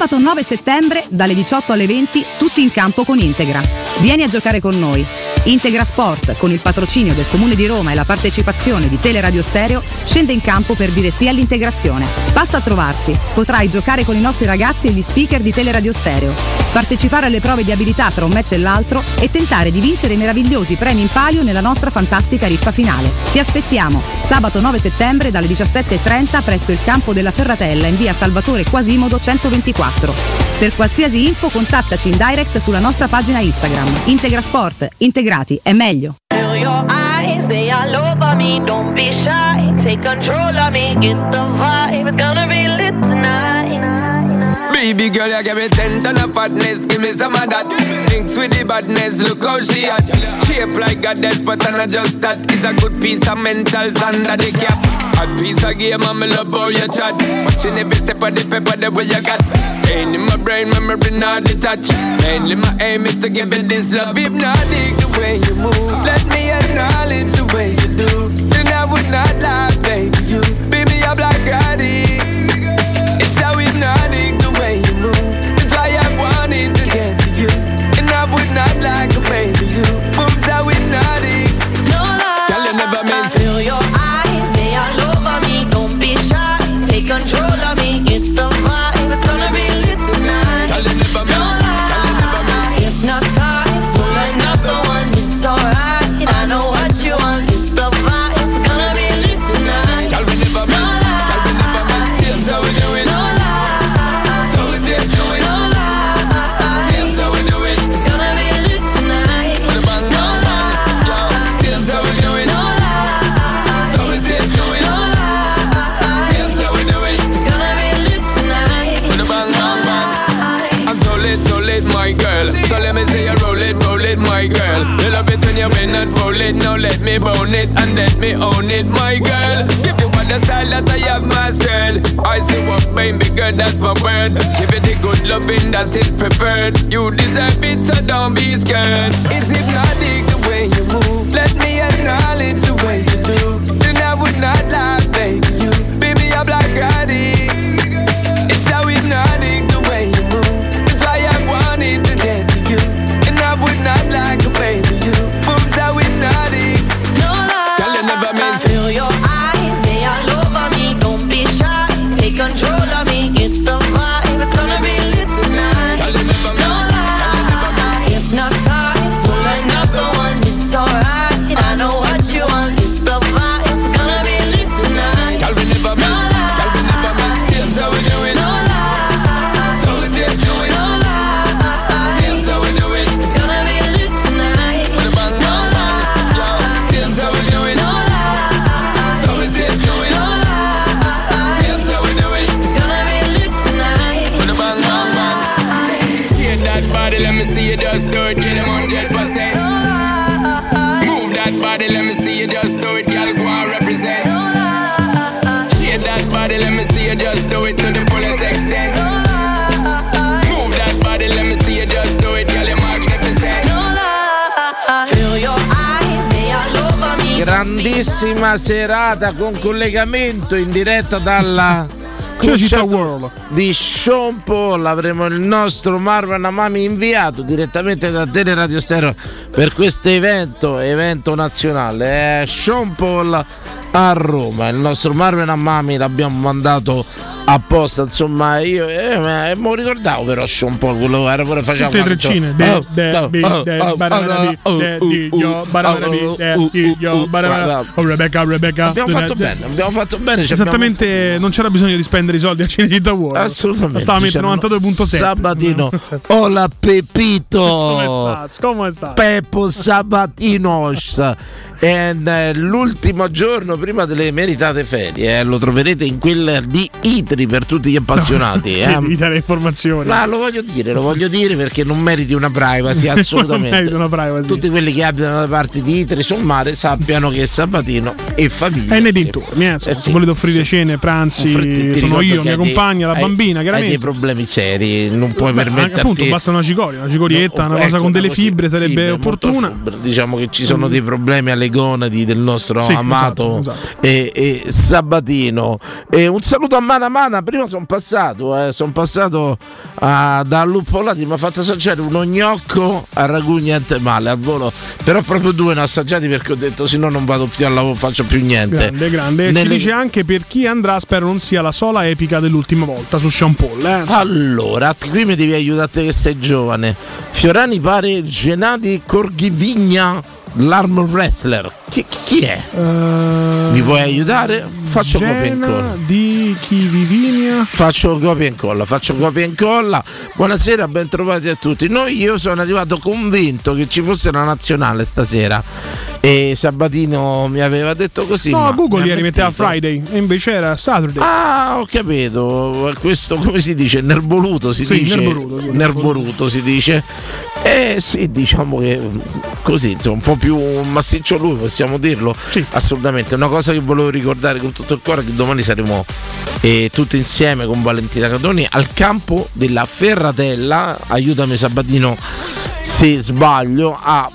Sabato 9 settembre dalle 18 alle 20 tutti in campo con Integra. Vieni a giocare con noi. Integra Sport, con il patrocinio del Comune di Roma e la partecipazione di Teleradio Stereo, scende in campo per dire sì all'integrazione. Passa a trovarci, potrai giocare con i nostri ragazzi e gli speaker di Teleradio Stereo, partecipare alle prove di abilità tra un match e l'altro e tentare di vincere i meravigliosi premi in palio nella nostra fantastica riffa finale. Ti aspettiamo sabato 9 settembre dalle 17:30 presso il campo della Ferratella in via Salvatore Quasimodo 124. Per qualsiasi info contattaci in direct sulla nostra pagina Instagram. Integra Sport, integrati è meglio. Feel your eyes, they all over me. Don't be shy, take control of me. Get the vibe, it's gonna be lit tonight. Baby girl, you give me 10 ton of fatness, give me some of that. Thinks with the badness, look how she at. Shape like a death, but I'm not just that. It's a good piece of mentals under the cap. A piece of game, I'm love how you chat. Watching every step of the paper, the way you got. Staying in my brain, memory not detached. Mainly my aim is to give it this love. Hypnotic the way you move, let me acknowledge the way you do. Then I would not lie, baby, you beat me up like Scotty. It's how hypnotic the way you move. That's why I wanted to get to you. And I would not like a baby, you moves how hypnotic. No lie, girl, you never meant to. Feel your eyes, they all over me. Don't be shy, take control of me. Get the vibe, it's gonna be lit tonight. Girl, you never meant. No lie, hypnotized, pull another one. It's alright, I know what you want. Get the vibe, it's gonna be lit tonight. Girl, we never meant. Girl, we never meant. Seems how we do it. No lie, so we say do it. no lie, Seems how we do it. it's gonna be lit tonight. With a bang, No lie, seems how we do it. no lie, So we say do it. no lie, Seems how we do it. it's gonna be lit tonight. With a bang, No bang, bang. lie. I'm so lit, my girl. So let me say you roll it, my girl. You love it when you bend and roll it. Now let me bone it and let me own it, my girl. Give you all the style that I have mastered. I see what baby girl, that's my word. Give it the good loving that is preferred. You deserve it, so don't be scared. It's hypnotic the way you move. Let me acknowledge the way you do. Then I would not lie, baby. You beat me up like Scotty. It's how hypnotic the way you move. That's why I wanted to get to you. And I would not like a baby. You moves how hypnotic. No lie, Girl, you never meant to. feel your eyes, they all over me. Don't be shy, take control of me. Get the vibe, it's gonna be lit tonight. Girl, you never No meant. lie, hypnotized, pull another one. It's alright, I know what you want. Get the vibe, it's gonna be lit tonight. Girl, we never No meant. Girl, we never meant. Seems how we do it. No lie, So we say do it. no lie, Seems how we do it. it's gonna be lit tonight. With a bang, No lie, seems how we do it. no lie, So we say do it. no lie. Seems how we do it. It's gonna be lit tonight. With a bang, bang, bang. Get that body, let me see you just do it. Get him 100%. Move that body, let me see you just do it. Girl, go and represent. Shake that body, let me see you just do it to the fullest extent. Move that body, let me see you just do it. Girl, you're magnificent. Feel your eyes, they all over me. Grandissima serata con collegamento in diretta dalla Città World di Sean Paul. Avremo il nostro Marwan Amami inviato direttamente da Teleradio Stereo per questo evento nazionale. Sean Paul a Roma, il nostro Marwan Amami l'abbiamo mandato apposta, insomma. Io mi ricordavo però Sean Paul, quello che era pure faceva tutte le treccine. Rebecca. Abbiamo fatto bene. Esattamente, non c'era bisogno di spendere i soldi a Cinecittà World. Assolutamente. Stava a mettere 92.7 Sabatino. Hola Pepito. Come sta? Peppo Sabatinos. L'ultimo giorno prima delle meritate ferie, lo troverete in quella di Itri per tutti gli appassionati. Devi dare informazioni. Ma lo voglio dire perché non meriti una privacy, assolutamente. Non meriti una privacy. Tutti quelli che abitano da parte di Itri sul mare sappiano che Sabatino e famiglia E nei dintorni, sì, volete offrire cene, pranzi, sono io, mia compagna, la bambina, hai chiaramente. dei problemi seri, non puoi permetterti. Appunto, basta una cicorietta, una cosa con delle fibre sarebbe opportuna. Diciamo che ci sono dei problemi alle gonadi del nostro amato esatto. E Sabatino. E un saluto a Mana. Prima sono passato da Luppolati, mi ha fatto assaggiare uno gnocco a ragù, niente male al volo, però proprio due ne ho assaggiati perché ho detto se no non vado più al lavoro, faccio più niente. Grande. Ci dice anche per chi andrà, spero non sia la sola epica dell'ultima volta su Sean Paul. Allora, qui mi devi aiutare te che sei giovane. Fiorani pare Gennady Korgivigna, l'armor wrestler. Chi è? Mi puoi aiutare? Faccio copia e incolla. Di Chivivinia. Faccio copia e incolla. Buonasera, ben trovati a tutti. Io sono arrivato convinto che ci fosse la nazionale stasera e Sabatino mi aveva detto così. No, Google ieri metteva Friday e invece era Saturday. Ah, ho capito. Questo come si dice? Nervoluto si dice. Nervoluto si dice. Sì, diciamo che così, insomma, un po' più massiccio lui, possiamo dirlo? Sì. Assolutamente. Una cosa che volevo ricordare con tutto il cuore è che domani saremo tutti insieme con Valentina Catoni al campo della Ferratella, aiutami Sabatino se sbaglio, a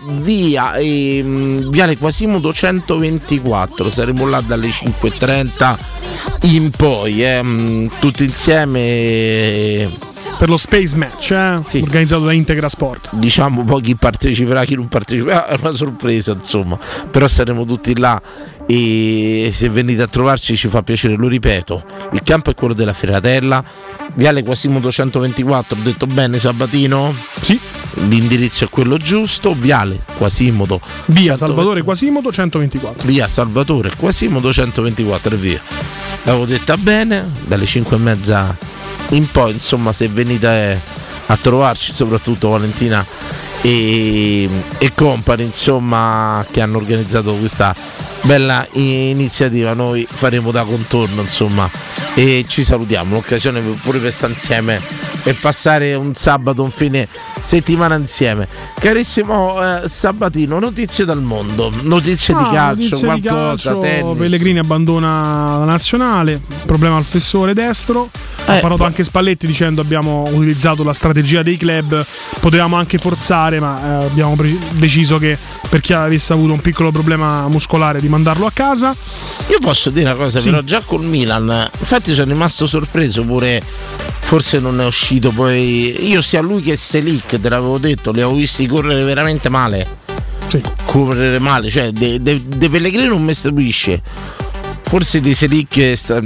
Viale Quasimodo 124. Saremo là dalle 5:30 in poi, tutti insieme. Per lo Space Match, sì, organizzato da Integra Sport. Diciamo poi chi parteciperà, chi non parteciperà, è una sorpresa, insomma. Però saremo tutti là e se venite a trovarci ci fa piacere, lo ripeto. Il campo è quello della Ferratella, Viale Quasimodo 124, ho detto bene Sabatino? Sì. L'indirizzo è quello giusto, Viale Quasimodo, via Salvatore Quasimodo 124. Via Salvatore Quasimodo 124 e via. L'avevo detta bene, dalle 5:30 in poi, insomma, se venite a trovarci, soprattutto Valentina e company, insomma, che hanno organizzato questa bella iniziativa, noi faremo da contorno, insomma, e ci salutiamo, l'occasione pure per stare insieme e passare un sabato, un fine settimana insieme. Carissimo Sabatino, notizie dal mondo, notizie di calcio, qualcosa, tennis. Pellegrini abbandona la nazionale, problema al flessore destro. Ha parlato anche Spalletti dicendo abbiamo utilizzato la strategia dei club, potevamo anche forzare, ma abbiamo deciso che per chi avesse avuto un piccolo problema muscolare di mandarlo a casa. Io posso dire una cosa, sì, però già col Milan, infatti sono rimasto sorpreso pure, forse non è uscito poi, io sia lui che Selic, te l'avevo detto, li avevo visti correre veramente male. Sì. Correre male, cioè De Pellegrini non mi stupisce, forse di Selic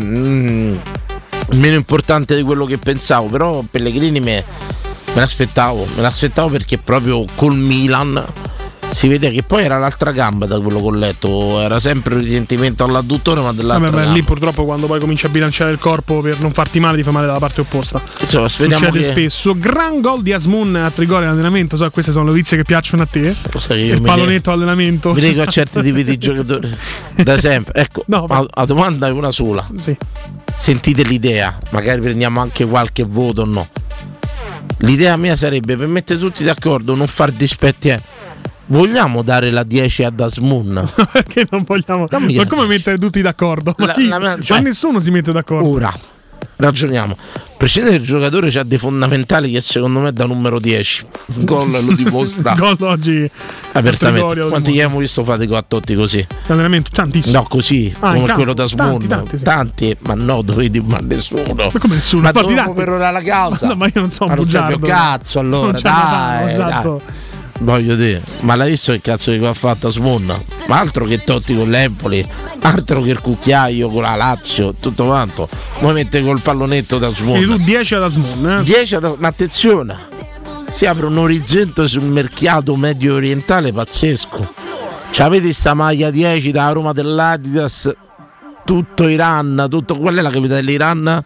meno importante di quello che pensavo, però Pellegrini me l'aspettavo perché proprio col Milan si vede che poi era l'altra gamba, da quello che ho letto, era sempre un risentimento all'adduttore ma dell'altra gamba. Lì purtroppo quando poi cominci a bilanciare il corpo per non farti male ti fa male dalla parte opposta. Insomma, speriamo succede che... spesso. Gran gol di Asmoon a Trigore in allenamento, so, queste sono le notizie che piacciono a te. Il pallonetto allenamento. Mi dico a certi tipi di giocatori da sempre. Ecco, no, la domanda è una sola. Sì. Sentite l'idea, magari prendiamo anche qualche voto o no. L'idea mia sarebbe, per mettere tutti d'accordo, non far dispetti. Vogliamo dare la 10 ad Asmoon? Perché non vogliamo? Ma come mettere tutti d'accordo? Ma nessuno si mette d'accordo. Ora ragioniamo. Prescindere il giocatore c'ha dei fondamentali che secondo me da numero 10. Il gol lo dimostra. Gol oggi apertamente. Quanti gli abbiamo visto fate a Totti così? Allenamento tantissimo. No, così come quello da Asmoon. Tanti, ma no, dovete ma nessuno. Ma come nessuno? Ma dovevo per ora la causa. No, ma io non so un bugiardo. Cazzo, allora dai, esatto. Voglio dire, ma l'hai visto che cazzo di ha fatto Asmoon? Ma altro che Totti con l'Empoli, altro che il cucchiaio con la Lazio, tutto quanto. Poi mette col pallonetto da Asmoon. E tu 10 ad Asmoon, 10 ma attenzione, si apre un orizzonte sul mercato medio orientale pazzesco. C'avete sta maglia 10 da Roma dell'Adidas, tutto Iran, tutto, qual è la capitale dell'Iran?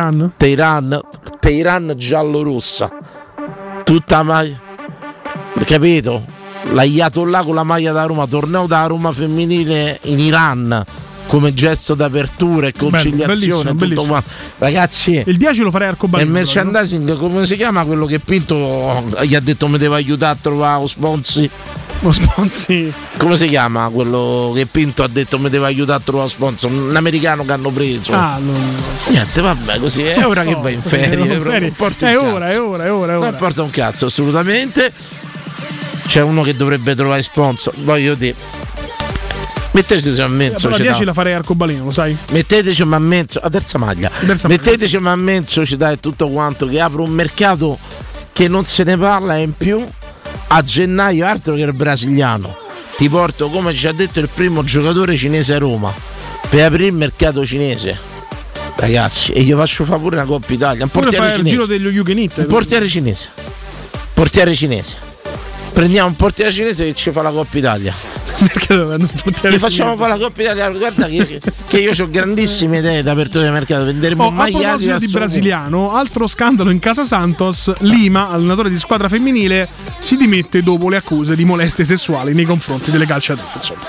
Teheran giallo-rossa, tutta maglia, capito? L'Ayatollah con la maglia da Roma, torneo da Roma femminile in Iran come gesto d'apertura e conciliazione, bellissimo. Tutto ragazzi, il 10 lo farei arcobaleno. Il merchandising, come si chiama quello che Pinto gli ha detto mi deve aiutare a trovare sponsor? Lo sponsor. Come si chiama quello che Pinto ha detto mi deve aiutare a trovare sponsor? Un americano che hanno preso. Niente, vabbè, così è ora che va in ferie. È ora. Non porta un cazzo, assolutamente. C'è uno che dovrebbe trovare sponsor, voglio dire. Metteteci a mezzo. La 10 la farei arcobaleno, lo sai? Metteteci a mezzo, a terza maglia. Metteteci a mezzo, ci dai tutto quanto, che apre un mercato che non se ne parla, e in più a gennaio altro che il brasiliano. Ti porto, come ci ha detto, il primo giocatore cinese a Roma per aprire il mercato cinese, ragazzi, e io faccio fare pure una Coppa Italia, un portiere cinese, il giro degli Yugenit, un portiere cinese, prendiamo un portiere cinese che ci fa la Coppa Italia. Gli facciamo fare la Coppa Italia. Guarda che io ho grandissime idee da apertura del mercato. Venderemo magliati di brasiliano. Altro scandalo in casa Santos. Lima, allenatore di squadra femminile, si dimette dopo le accuse di molestie sessuali nei confronti delle calciatrici. Insomma,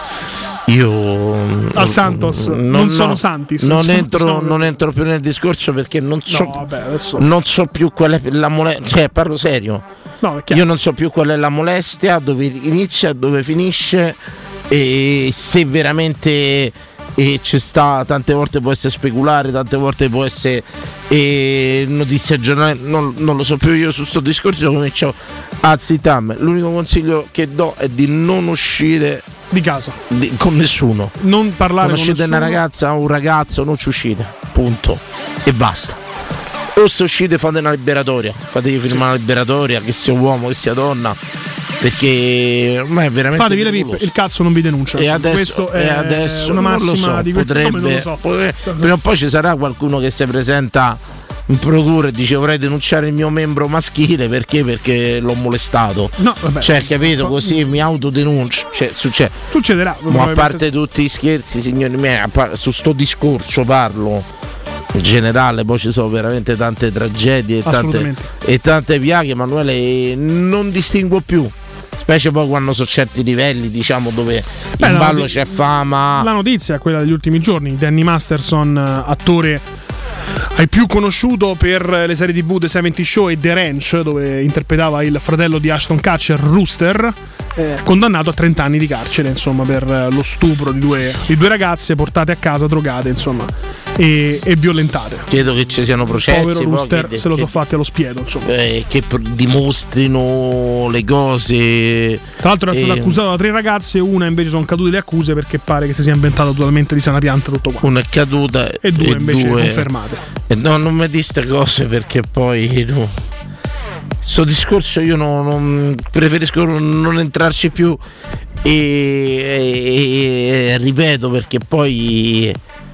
io al Santos non sono Santis. Non entro più nel discorso perché non so più qual è la molestia. Cioè, parlo serio. Io non so più qual è la molestia, dove inizia, dove finisce, e se veramente ci sta, tante volte può essere speculare, tante volte può essere notizia giornale, non lo so più. Io su sto discorso comincio a zittarmi. L'unico consiglio che do è di non uscire di casa con nessuno, non parlare con nessuno. Una ragazza o un ragazzo, non ci uscite, punto, e basta. O se uscite fate una liberatoria, fatevi firmare una liberatoria, che sia uomo che sia donna, perché ormai è veramente fatevi le pippe, il cazzo non vi denuncia. E adesso una massima non lo so, di potrebbe, prima o poi ci sarà qualcuno che si presenta in procura e dice vorrei denunciare il mio membro maschile perché l'ho molestato. No, vabbè, cioè, capito, così mi autodenuncio. Succederà. Ma a parte tutti i scherzi, signori miei, su sto discorso parlo in generale, poi ci sono veramente tante tragedie e tante piaghe, Emanuele, non distingo più, specie poi quando sono certi livelli, diciamo, dove in ballo c'è fama. La notizia è quella degli ultimi giorni. Danny Masterson, attore hai più conosciuto per le serie TV The 70 Show e The Ranch, dove interpretava il fratello di Ashton Kutcher, Rooster, condannato a 30 anni di carcere, insomma, per lo stupro di due ragazze portate a casa drogate, insomma, e violentate. Credo che ci siano processi. Povero Rooster, se lo sono fatti allo spiedo, insomma. Che dimostrino le cose. Tra l'altro è stato accusato da 3 ragazze, una invece sono cadute le accuse perché pare che si sia inventato totalmente di sana pianta tutto qua. Una è caduta e due invece confermate. No, non mi di ste cose, perché poi sto discorso io non preferisco non entrarci più e ripeto, perché poi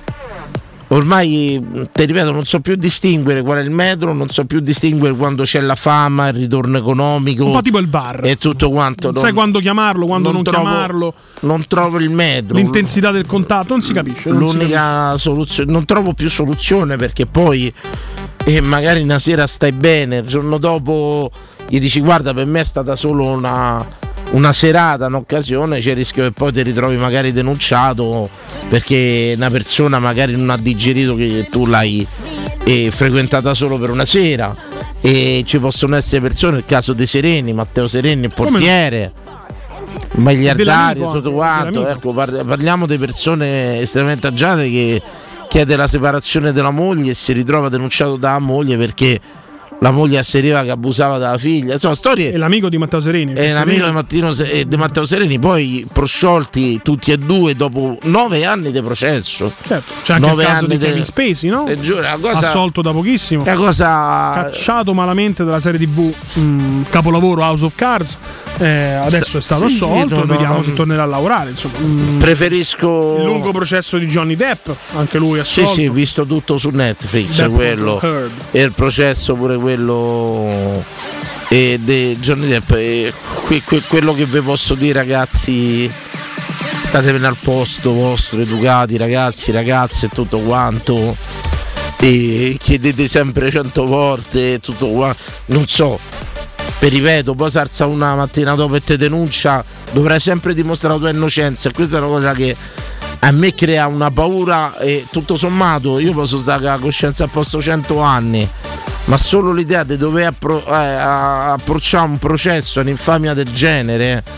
ormai, ti ripeto, non so più distinguere qual è il metro, non so più distinguere quando c'è la fama, il ritorno economico, un po' tipo il bar e tutto quanto. Sai quando chiamarlo, quando non chiamarlo. Non trovo il metro, l'intensità del contatto, non si capisce. L'unica soluzione, non trovo più soluzione, perché poi magari una sera stai bene, il giorno dopo gli dici guarda, per me è stata solo una serata, un'occasione, c'è il rischio che poi ti ritrovi magari denunciato perché una persona magari non ha digerito che tu l'hai frequentata solo per una sera. E ci possono essere persone, il caso dei Sereni, Matteo Sereni, il portiere, miliardario, tutto quanto. Ecco, parliamo di persone estremamente agiate che chiede la separazione della moglie e si ritrova denunciato dalla moglie perché la moglie asseriva che abusava della figlia. Insomma, storie. E l'amico di Matteo Sereni. È l'amico di Matteo Sereni, poi prosciolti tutti e due dopo 9 anni di processo. Certo, c'è anche 9 il caso di Kevin Spacey, no? Assolto da pochissimo. Cacciato malamente dalla serie TV capolavoro House of Cards. Adesso è stato assolto, vediamo se tornerà a lavorare, insomma. Preferisco il lungo processo di Johnny Depp, anche lui assolto. Sì, visto tutto su Netflix, Depp quello e il processo pure quello di Johnny Depp. Quello che vi posso dire, ragazzi, statevene al posto vostro, educati, ragazzi, ragazze, tutto quanto, e chiedete sempre 100 volte tutto qua, non so. Ripeto, poi si alza una mattina dopo e te denuncia, dovrai sempre dimostrare la tua innocenza, e questa è una cosa che a me crea una paura, e tutto sommato io posso stare con la coscienza a posto 100 anni, ma solo l'idea di dover approcciare un processo, un'infamia del genere,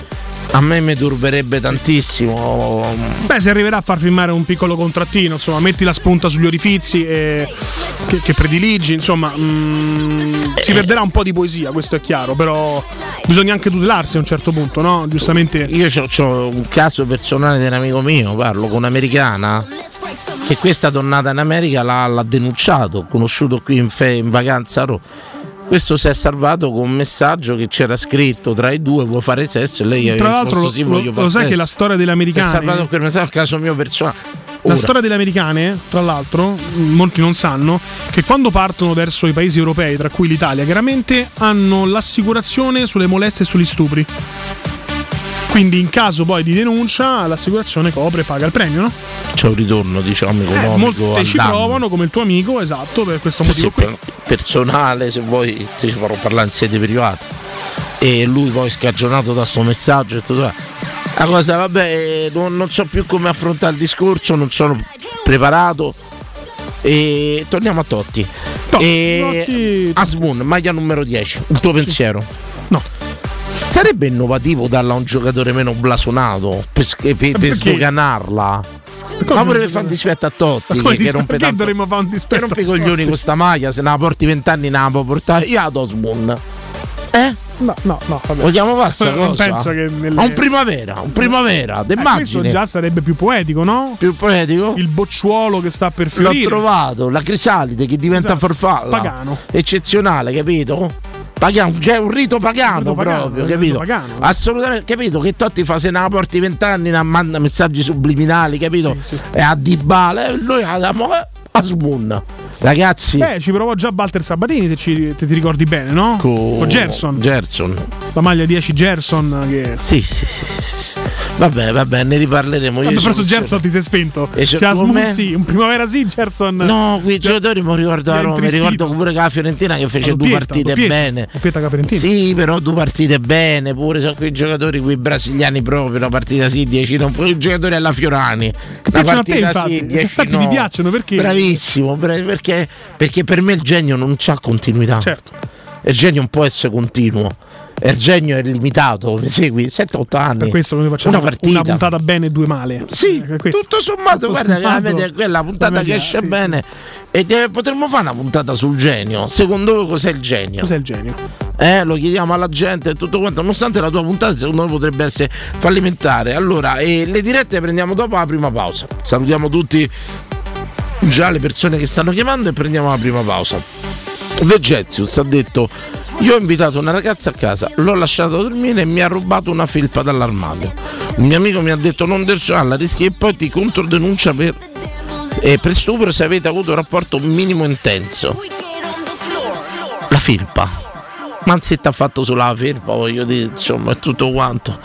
A me mi turberebbe tantissimo. Beh, si arriverà a far firmare un piccolo contrattino, insomma, metti la spunta sugli orifizi che prediligi, insomma, si perderà un po' di poesia, questo è chiaro, però bisogna anche tutelarsi a un certo punto, no? Giustamente. Io ho un caso personale di un amico mio, parlo con un'americana che questa tornata in America l'ha denunciato, conosciuto qui in vacanza a Roma. Questo si è salvato con un messaggio che c'era scritto tra i due: vuoi fare sesso? E lei tra aveva l'altro risposto, sì, voglio fare lo sai sesso. che la storia delle americane, si è salvato per messaggio, il caso mio personale. La storia delle americane, tra l'altro, molti non sanno che quando partono verso i paesi europei, tra cui l'Italia, chiaramente hanno l'assicurazione sulle molestie e sugli stupri. Quindi in caso poi di denuncia l'assicurazione copre e paga il premio, no? C'è un ritorno, diciamo, economico. Molte ci provano, come il tuo amico, esatto, per questo motivo qui. Personale, se vuoi, ti ci farò parlare in sede privata. E lui poi scagionato da sto messaggio e tutto. La cosa, vabbè, non so più come affrontare il discorso, non sono preparato. E torniamo a Totti. Totti. Asmun, maglia numero 10, il tuo pensiero? No. Sarebbe innovativo darla a un giocatore meno blasonato per sdoganarla. Ma pure per fare un dispetto a Totti che rompe perché dovremmo fare un dispetto? Che rompe i coglioni con sta maglia, se ne la porti 20 anni ne la può portare io ad Osmoon. No, vabbè. Vogliamo fare sta cosa? Non penso che A un primavera, questo immagini. già sarebbe più poetico, no? Più poetico? Il bocciuolo che sta per fiorire. L'ho trovato, la crisalide che diventa farfalla. Pagano. Eccezionale, capito? Pagano, c'è un rito pagano proprio, capito? Pagano. Assolutamente, capito? Che Totti fa se ne la porti 20 anni, ne manda messaggi subliminali, capito? Sì. E a Dybala, noi andiamo a Smoon. Ragazzi, ci provò già Walter Sabatini, se ti ricordi bene, no? Con Gerson. La maglia 10 Gerson che... Sì. Vabbè, ne riparleremo. Vabbè, però su Gerson ti sei spento. Sì, un primavera sì, Gerson. No, quei giocatori mi ricordo a Roma, mi ricordo pure che la Fiorentina che fece due partite bene. Sì, però due partite bene, pure sono quei giocatori, quei brasiliani proprio, una partita sì, 10 non, poi i giocatori alla Fiorani. Una partita sì, 10 infatti no. Ti piacciono perché? Bravissimo, perché per me il genio non c'ha continuità. Certo. Il genio non può essere continuo. Il genio è limitato, mi segui? 7-8 anni. Per questo noi facciamo una puntata bene e due male. Sì, tutto sommato, guarda, che quella puntata che esce bene. E potremmo fare una puntata sul genio. Secondo voi cos'è il genio? Cos'è il genio? Lo chiediamo alla gente e tutto quanto. Nonostante la tua puntata, secondo me potrebbe essere fallimentare. Allora, le dirette le prendiamo dopo la prima pausa. Salutiamo tutti già le persone che stanno chiamando e prendiamo la prima pausa. Vegezius ha detto: io ho invitato una ragazza a casa, l'ho lasciata dormire e mi ha rubato una felpa dall'armadio. Un mio amico mi ha detto: non derciarla, rischi e poi ti controdenuncia per stupro se avete avuto un rapporto minimo intenso. La felpa, ma anzi ti ha fatto solo la felpa, voglio dire, insomma, è tutto quanto.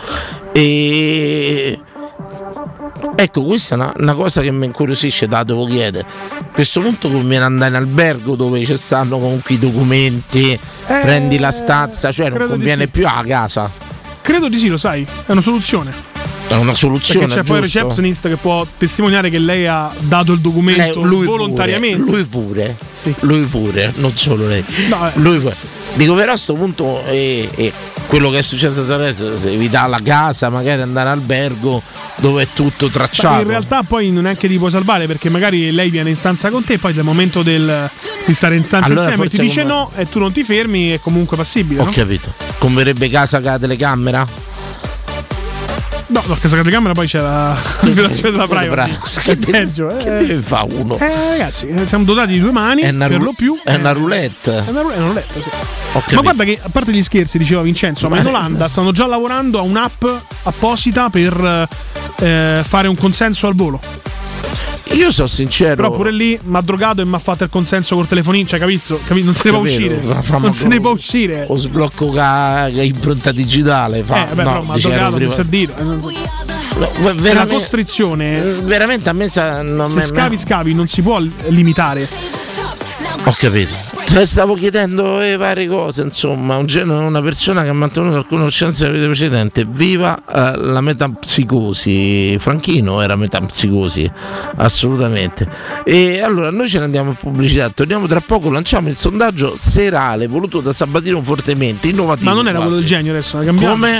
E ecco, questa è una cosa che mi incuriosisce, te la devo chiedere. A questo punto conviene andare in albergo dove ci stanno comunque i documenti, prendi la stanza, cioè non conviene più alla casa. Credo di sì, lo sai, è una soluzione. È una soluzione. Perché c'è poi il receptionist che può testimoniare che lei ha dato il documento volontariamente. Lui pure, sì. Lui pure, non solo lei. No, lui pure. Dico, però a questo punto quello che è successo adesso, se evitare la casa, magari andare in albergo dove è tutto tracciato. Ma in realtà poi non è che ti puoi salvare, perché magari lei viene in stanza con te e poi nel momento di stare in stanza allora insieme ti dice no e tu non ti fermi, è comunque passibile. Ho capito. Converrebbe casa con la telecamera? No, perché la telecamera poi c'è la violazione della privacy. Che peggio, Che deve fare uno? Ragazzi, siamo dotati di due mani, per lo più. È una roulette. È una roulette, sì. Ma guarda che, a parte gli scherzi, diceva Vincenzo, ma in Olanda stanno già lavorando a un'app apposita per fare un consenso al volo. Io sono sincero. Però pure lì mi ha drogato e mi ha fatto il consenso col telefonino. Cioè, capito? Non se ne può uscire. Non se ne può uscire. O sblocco che impronta digitale. Però mi ha drogato, non so dire. È una costrizione. Veramente a me se scavi non si può limitare. Ho capito. Te stavo chiedendo varie cose, insomma, una persona che ha mantenuto alcune conoscenze della vita precedente. Viva la metempsicosi. Franchino era metempsicosi, assolutamente. E allora noi ce ne andiamo in pubblicità, torniamo tra poco, lanciamo il sondaggio serale voluto da Sabatino fortemente, innovativo. Ma non era quello del genio adesso, l'ha cambiato. Come?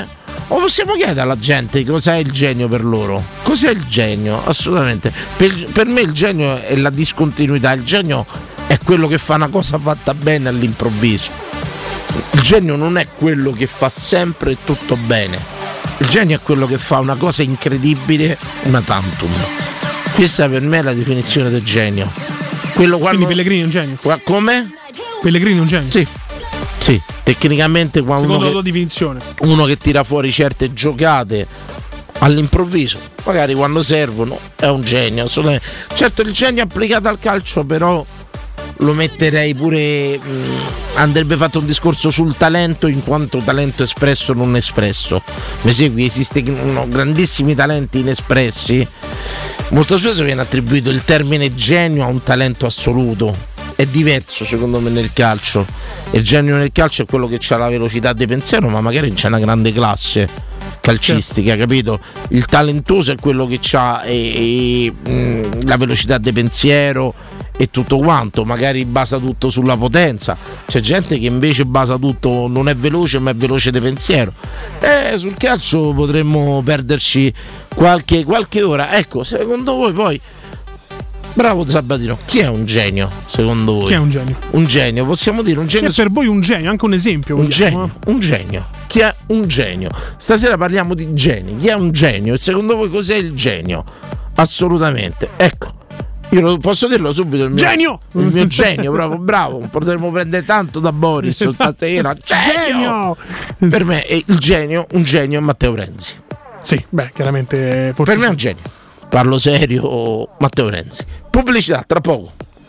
O possiamo chiedere alla gente cos'è il genio per loro? Cos'è il genio? Assolutamente. Per me il genio è la discontinuità, il genio è quello che fa una cosa fatta bene all'improvviso. Il genio non è quello che fa sempre tutto bene. Il genio è quello che fa una cosa incredibile una tantum. Questa per me è la definizione del genio. Quindi Pellegrini è un genio? Come? Pellegrini è un genio? Sì, tecnicamente secondo la tua definizione. Uno che tira fuori certe giocate all'improvviso, magari quando servono, è un genio. Certo, il genio applicato al calcio però lo metterei pure, andrebbe fatto un discorso sul talento in quanto talento espresso non espresso. Mi segui? Esistono grandissimi talenti inespressi. Molto spesso viene attribuito il termine genio a un talento assoluto. È diverso secondo me nel calcio. Il genio nel calcio è quello che ha la velocità di pensiero, ma magari c'è una grande classe calcistica, capito? Il talentoso è quello che ha la velocità di pensiero e tutto quanto, magari basa tutto sulla potenza. C'è gente che invece basa tutto, non è veloce ma è veloce di pensiero. Sul calcio potremmo perderci qualche ora. Ecco, secondo voi poi, bravo Sabatino, chi è un genio secondo voi? Chi è un genio? Un genio, possiamo dire un genio. Chi è per voi un genio? Anche un esempio. Un genio. Chi è un genio? Stasera parliamo di geni. Chi è un genio? E secondo voi cos'è il genio? Assolutamente. Ecco, io lo posso dirlo subito. Il mio genio, proprio bravo. Potremmo prendere tanto da Boris stasera. Genio! Per me è un genio è Matteo Renzi. Sì, chiaramente forse. Per me è un genio. Parlo serio, Matteo Renzi. Pubblicità, tra poco.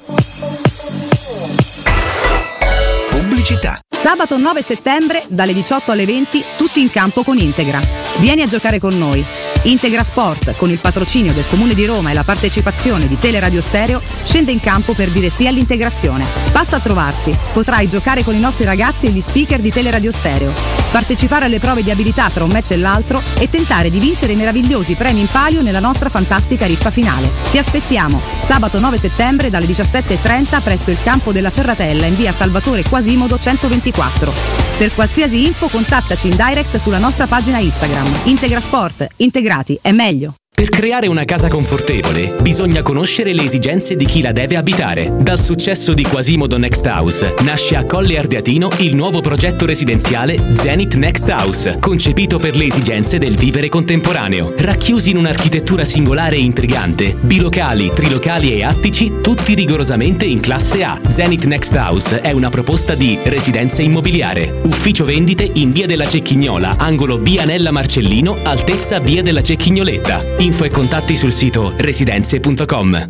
Pubblicità. Sabato 9 settembre dalle 18 alle 20 tutti in campo con Integra. Vieni a giocare con noi. Integra Sport, con il patrocinio del Comune di Roma e la partecipazione di Teleradio Stereo, scende in campo per dire sì all'integrazione. Passa a trovarci, potrai giocare con i nostri ragazzi e gli speaker di Teleradio Stereo, partecipare alle prove di abilità tra un match e l'altro e tentare di vincere i meravigliosi premi in palio nella nostra fantastica riffa finale. Ti aspettiamo, sabato 9 settembre dalle 17:30 presso il campo della Ferratella in via Salvatore Quasimodo 124. Per qualsiasi info contattaci in direct sulla nostra pagina Instagram. Integra Sport, integrati è meglio. Per creare una casa confortevole bisogna conoscere le esigenze di chi la deve abitare. Dal successo di Quasimodo Next House nasce a Colle Ardeatino il nuovo progetto residenziale Zenith Next House, concepito per le esigenze del vivere contemporaneo. Racchiusi in un'architettura singolare e intrigante, bilocali, trilocali e attici, tutti rigorosamente in classe A. Zenith Next House è una proposta di Residenza Immobiliare. Ufficio vendite in via della Cecchignola, angolo via Anella Marcellino, altezza via della Cecchignoletta. Info e contatti sul sito residenze.com.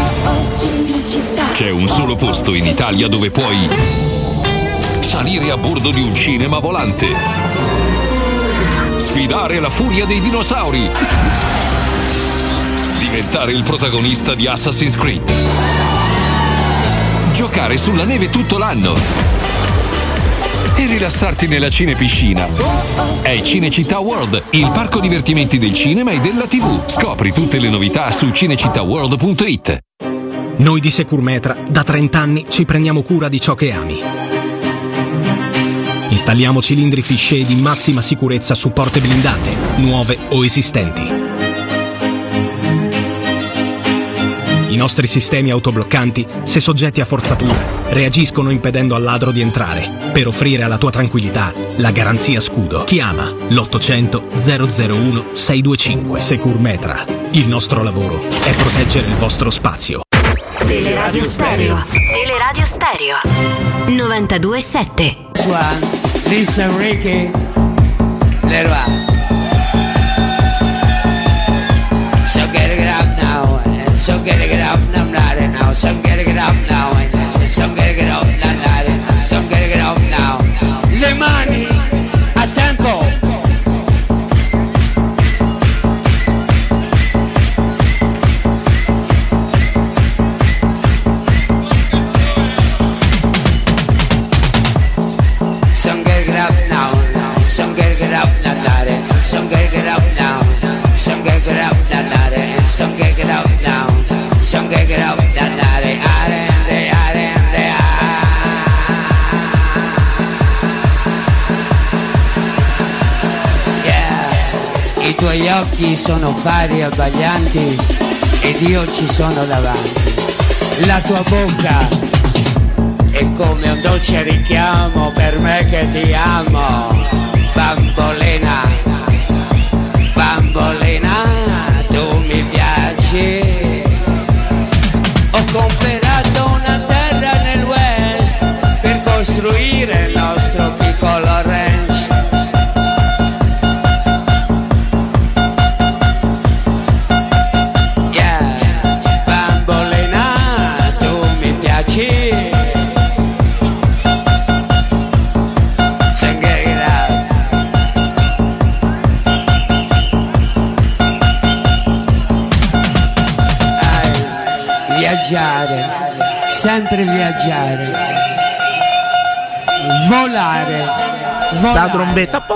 C'è un solo posto in Italia dove puoi salire a bordo di un cinema volante, sfidare la furia dei dinosauri, diventare il protagonista di Assassin's Creed, giocare sulla neve tutto l'anno e rilassarti nella cinepiscina. È Cinecittà World, il parco divertimenti del cinema e della TV. Scopri tutte le novità su cinecittàworld.it. Noi di Securmetra da 30 anni ci prendiamo cura di ciò che ami. Installiamo cilindri Fish di massima sicurezza su porte blindate, nuove o esistenti. I nostri sistemi autobloccanti, se soggetti a forzatura, reagiscono impedendo al ladro di entrare, per offrire alla tua tranquillità la garanzia scudo. Chiama l'800 001 625. Securmetra. Il nostro lavoro è proteggere il vostro spazio. Teleradio Stereo. Teleradio Stereo 92.7. Listen Ricky Leroy. So get it up now. So get it up now, now. So get it up now. So get it up now. So get it up now. Le mani a tempo. So get it up now. So get it up now. So get it up now. So get it up now. So get it up now. Some get it up, yeah. tuoi occhi sono fari abbaglianti ed io ci sono davanti. La tua bocca è come un dolce richiamo per me che ti amo. Bambolina, bambolina, tu mi piaci. Ho comprato una terra nel West per costruire il nostro piccolo ranch. Viaggiare, sempre viaggiare, volare. Sta trombetta.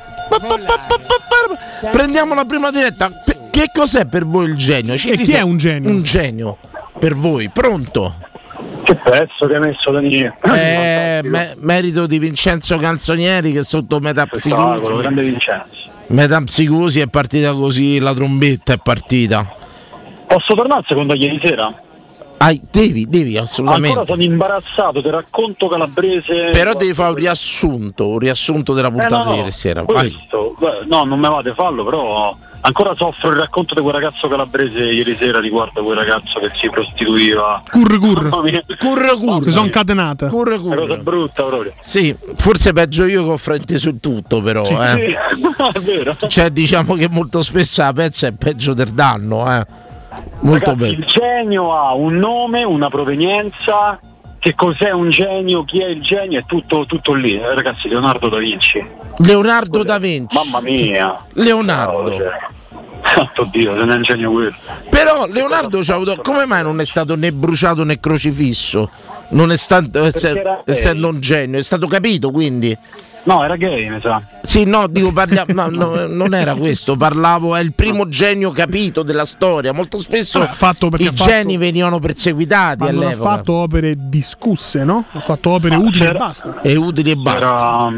Prendiamo la prima diretta. Che cos'è per voi il genio? E chi è un genio? Un genio per voi, pronto? Che pezzo che hai messo, Daniele? Merito di Vincenzo Canzonieri, che sotto Metapsicosi. Grande Vincenzo. Metapsicosi è partita così, la trombetta è partita. Posso tornare al secondo ieri sera? Devi assolutamente. Ancora sono imbarazzato, ti racconto calabrese. Però devi fare un riassunto della puntata di ieri sera. No, non me vate farlo, però ancora soffro il racconto di quel ragazzo calabrese ieri sera riguardo quel ragazzo che si prostituiva. Curre. Sono catenata. Una cosa brutta proprio. Sì, forse peggio io che ho frainteso il tutto, però. Sì, è vero. Cioè, diciamo che molto spesso la pezza è peggio del danno, Molto Ragazzi, bello. Il genio ha un nome, una provenienza. Che cos'è un genio? Chi è il genio? È tutto lì, ragazzi. Leonardo da Vinci. Mamma mia. Leonardo. Santo Dio, se non è un genio quello. Però Leonardo c'ha avuto. Come mai non è stato né bruciato né crocifisso? Non è stato, essendo un genio, è stato capito, quindi. No, era gay, mi sa. Sì, no, dico, non era questo, parlavo, è il primo genio capito della storia. Molto spesso i geni venivano perseguitati ma all'epoca. Non ha fatto opere discusse, no? Ha fatto opere utili e basta. E utili e basta.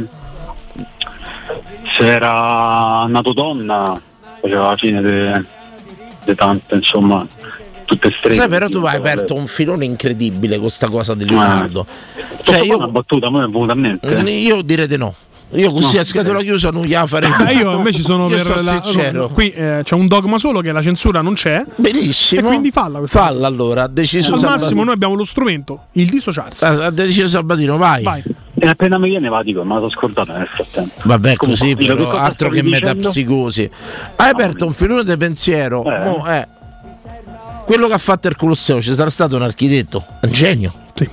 Se era nato donna, faceva la fine di tante, insomma, tutte streghe. Sai, però tu hai aperto un filone incredibile con sta cosa di Leonardo. Cioè, io una battuta, a me è venuta a mente. Io direi di no. Io così a scatola chiusa non gliela farei. Io invece sono per sincero. Qui c'è un dogma solo, che la censura non c'è. Benissimo. E quindi falla allora, ha deciso al Sabatino. massimo noi abbiamo lo strumento, il dissociarsi. Ha deciso Sabatino, vai. E appena mi viene va, dico, ma l'ho scordato nel frattempo. Vabbè, Comunque, così però, altro che metapsicosi. Hai aperto un filone di pensiero. Quello che ha fatto il Colosseo, ci sarà stato un architetto, un genio. Sì.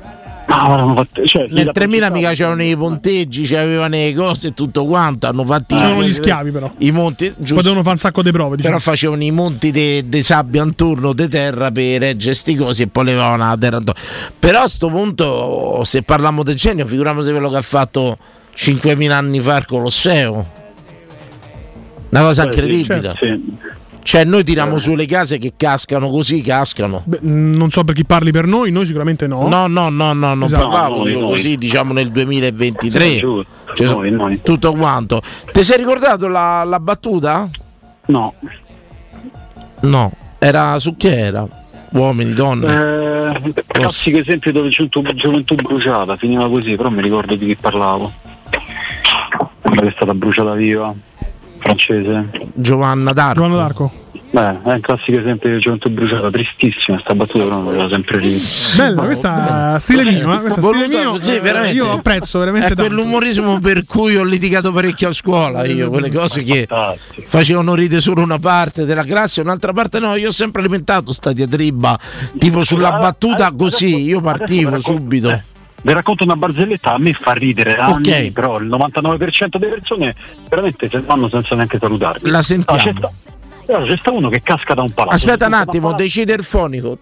Nel 3000 mica c'erano i ponteggi, c'avevano le cose e tutto quanto. Hanno fatto c'erano gli schiavi, però i monti, potevano fare un sacco di prove, diciamo. Però facevano i monti di sabbia intorno, di terra per reggere sti cosi e poi levavano la terra intorno. Però a sto punto, se parliamo del genio, figuriamoci quello che ha fatto 5000 anni fa il Colosseo. Una cosa incredibile. Certo, sì. Cioè, noi tiriamo su le case che cascano così, cascano. Beh, non so per chi parli per noi sicuramente no. No, non esatto. parlavo, dico così, diciamo nel 2023. Sì, giusto. Noi. Tutto quanto. Ti sei ricordato la battuta? No. Era su che era? Uomini, donne? Classico esempio dove c'è gioventù bruciata, finiva così, però mi ricordo di chi parlavo. Quella che è stata bruciata viva. Francese Giovanna d'Arco. Beh, è un classico esempio di gioventù bruciata, tristissima sta battuta, però non sempre lì. Bella, questa stile mio, stile mio. Sì, veramente. Io apprezzo veramente tanto. È quell'umorismo per cui ho litigato parecchio a scuola, io, quelle cose che facevano ridere solo una parte della classe, un'altra parte no, io ho sempre alimentato sta diatriba, tipo sulla battuta così, io partivo subito. Vi racconto una barzelletta, a me fa ridere anni, però il 99% delle persone veramente se vanno senza neanche salutarvi. La sentiamo. C'è sta uno che casca da un palazzo. Aspetta un attimo, decide il fonico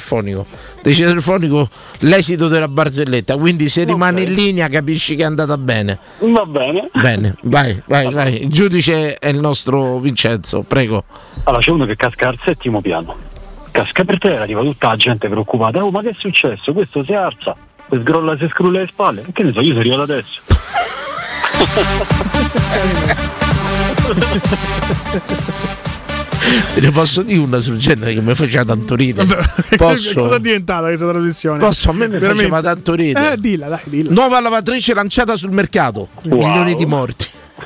l'esito della barzelletta, quindi se rimane in linea capisci che è andata bene. Va bene. Bene, vai. Il giudice è il nostro Vincenzo, prego. Allora c'è uno che casca al 7° piano, casca per terra, arriva tutta la gente preoccupata. Oh, ma che è successo? Questo si alza, si scrulla le spalle. Che ne so, io sono arrivato adesso. Te ne posso dire una sul genere che mi faceva tanto ridere. Posso? Cosa è diventata questa trasmissione? Posso? A me mi faceva tanto ridere. Dilla, dai, dilla. Nuova lavatrice lanciata sul mercato. Milioni di morti.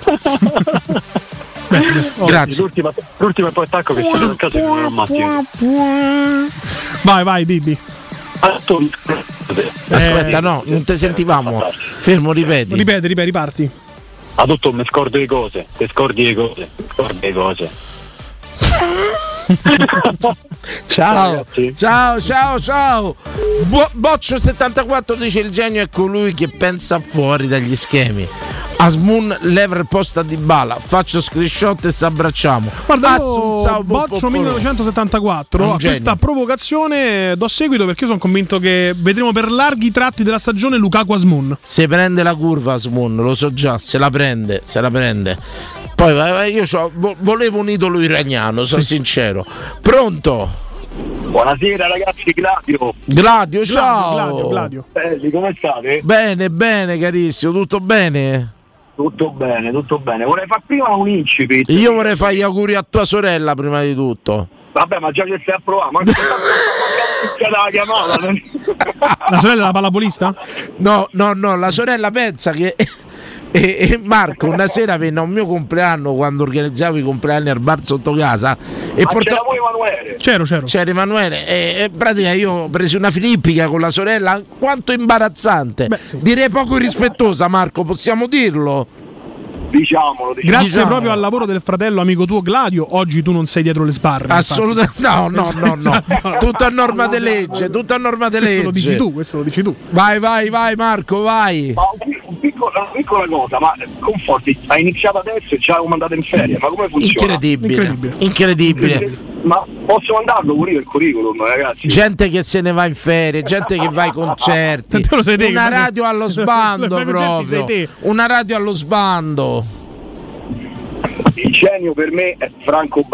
Grazie. L'ultimo attacco che c'è nel caso di un Mattino. Vai, Didi. Aspetta, no, non ti sentivamo. Fermo, ripeti. Ripeti, riparti. Ha detto mi scordo le cose, te scordi le cose. Ciao. Boccio 74 dice: il genio è colui che pensa fuori dagli schemi. Asmun lever posta di bala, faccio screenshot e s'abbracciamo. Guarda, Boccio 1974 a questa provocazione do seguito, perché io sono convinto che vedremo per larghi tratti della stagione Lukaku Asmun. Se prende la curva Asmun, lo so già, se la prende. Poi io volevo un idolo iraniano, sono sincero. Pronto? Buonasera ragazzi, Gladio, ciao. Gladio. Belli, come state? Bene carissimo, tutto bene? Tutto bene. Vorrei fare prima un incipit. Io vorrei fare gli auguri a tua sorella prima di tutto. Vabbè, ma già che stai a provare, ma la chiamata. La sorella della pallavolista? No, la sorella pensa che e Marco una sera venne a un mio compleanno, quando organizzavo i compleanni al bar sotto casa, e c'era poi Emanuele. C'era Emanuele e praticamente io ho preso una filippica con la sorella, quanto imbarazzante. Sì. Direi poco rispettosa, Marco, possiamo dirlo? Diciamolo. Grazie proprio al lavoro del fratello amico tuo Gladio, oggi tu non sei dietro le sbarre. Assolutamente no. Tutto a norma di legge, Questo lo dici tu. Vai Marco, vai. Ma una piccola cosa, ma Conforti ha iniziato adesso e ci avevo mandato in ferie, ma come funziona? Incredibile. Ma posso mandarlo pure io il curriculum, ragazzi? Gente che se ne va in ferie, gente che va ai concerti, una radio allo sbando proprio. Una radio allo sbando. Il genio per me è Franco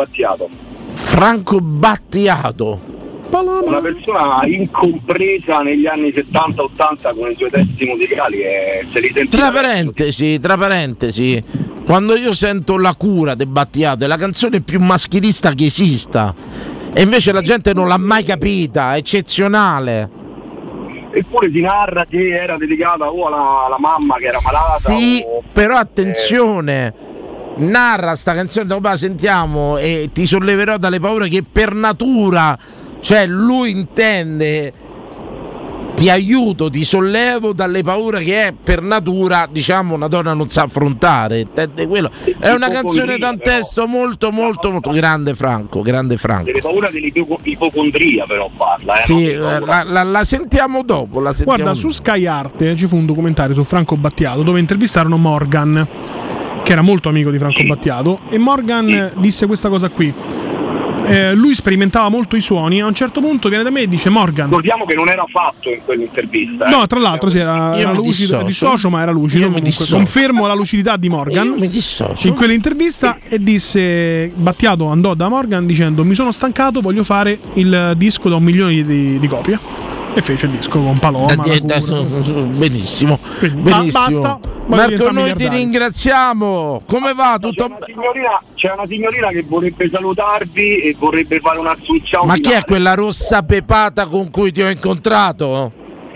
Battiato. Una persona incompresa negli anni 70-80 con i suoi testi musicali e se li sentiva. Tra parentesi, quando io sento La cura di Battiato è la canzone più maschilista che esista, e invece la gente non l'ha mai capita, è eccezionale. Eppure si narra che era dedicata alla mamma che era malata. Sì, però attenzione, narra sta canzone, dopo la sentiamo, e ti solleverò dalle paure che per natura, cioè lui intende, ti aiuto, ti sollevo dalle paure che è per natura, diciamo, una donna non sa affrontare. Quello è una canzone da un testo molto grande, Franco. Delle paure dell'ipocondria però parla. Sì, la sentiamo dopo. Guarda, su Sky Arte ci fu un documentario su Franco Battiato dove intervistarono Morgan, che era molto amico di Franco Battiato, e Morgan disse questa cosa qui. Lui sperimentava molto i suoni. A un certo punto viene da me e dice: Morgan, ricordiamo che non era fatto in quell'intervista. No, tra l'altro era lucido, dissocio, ma era lucido. Comunque confermo la lucidità di Morgan. Io mi dissocio in quell'intervista, e disse: Battiato andò da Morgan dicendo: mi sono stancato, voglio fare il disco da 1 milione di copie. E fece il disco con Paloma. Benissimo. Basta. Marco, noi ti ringraziamo. Come va? Tutto c'è una signorina che vorrebbe salutarvi e vorrebbe fare una switch. Ma chi è quella rossa pepata con cui ti ho incontrato?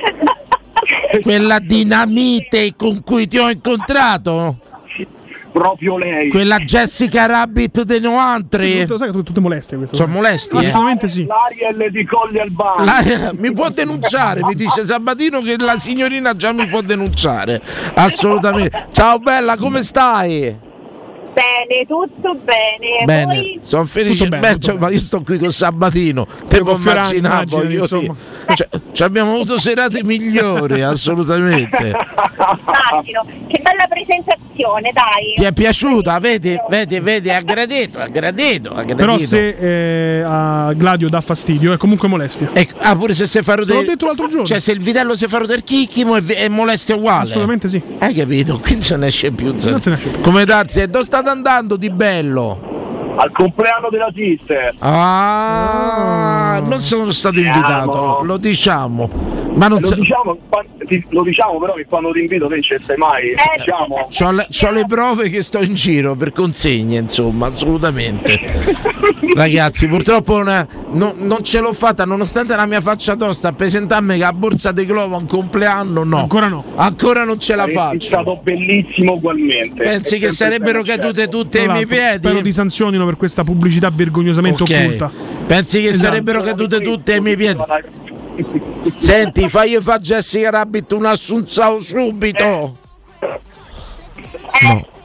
Quella dinamite con cui ti ho incontrato? Proprio lei. Quella Jessica Rabbit dei Noantri. Sai che tutte molestie queste. Sono molesti? Assolutamente sì. L'Ariel di Colli Albani. Mi può denunciare, mi dice Sabatino che la signorina già mi può denunciare. Assolutamente. Ciao bella, come stai? Bene, tutto bene. Bene, sono felice. Ma io sto qui con Sabatino. Te può immaginare, ci abbiamo avuto serate migliori, assolutamente. Immagino. Che bella presentazione, dai. Ti è piaciuta? Vedi, ha gradito. Però se a Gladio dà fastidio, è comunque molestia. Pure se sei farò te l'ho detto l'altro giorno. Cioè, se il vitello si farò del chicchimo è molestia uguale. Assolutamente sì. Hai capito? Quindi non esce più. Non se ne esce più. Come darsi? E dove state andando di bello? Al compleanno della sister. Non sono stato invitato, lo diciamo. Ma non lo diciamo però che quando ti invito te non stai mai. Diciamo. C'ho le prove che sto in giro per consegne, insomma, assolutamente. Ragazzi, purtroppo non ce l'ho fatta, nonostante la mia faccia tosta, a presentarmi che a Borsa de Globo un compleanno, no. Ancora non ce la faccio. È stato bellissimo ugualmente. Pensi che sarebbero cadute tutte ai miei piedi? Spero ti sanzionino per questa pubblicità vergognosamente occulta. Pensi che sarebbero cadute tutte ai miei piedi? Senti, fai Jessica Rabbit un assunzao subito. No.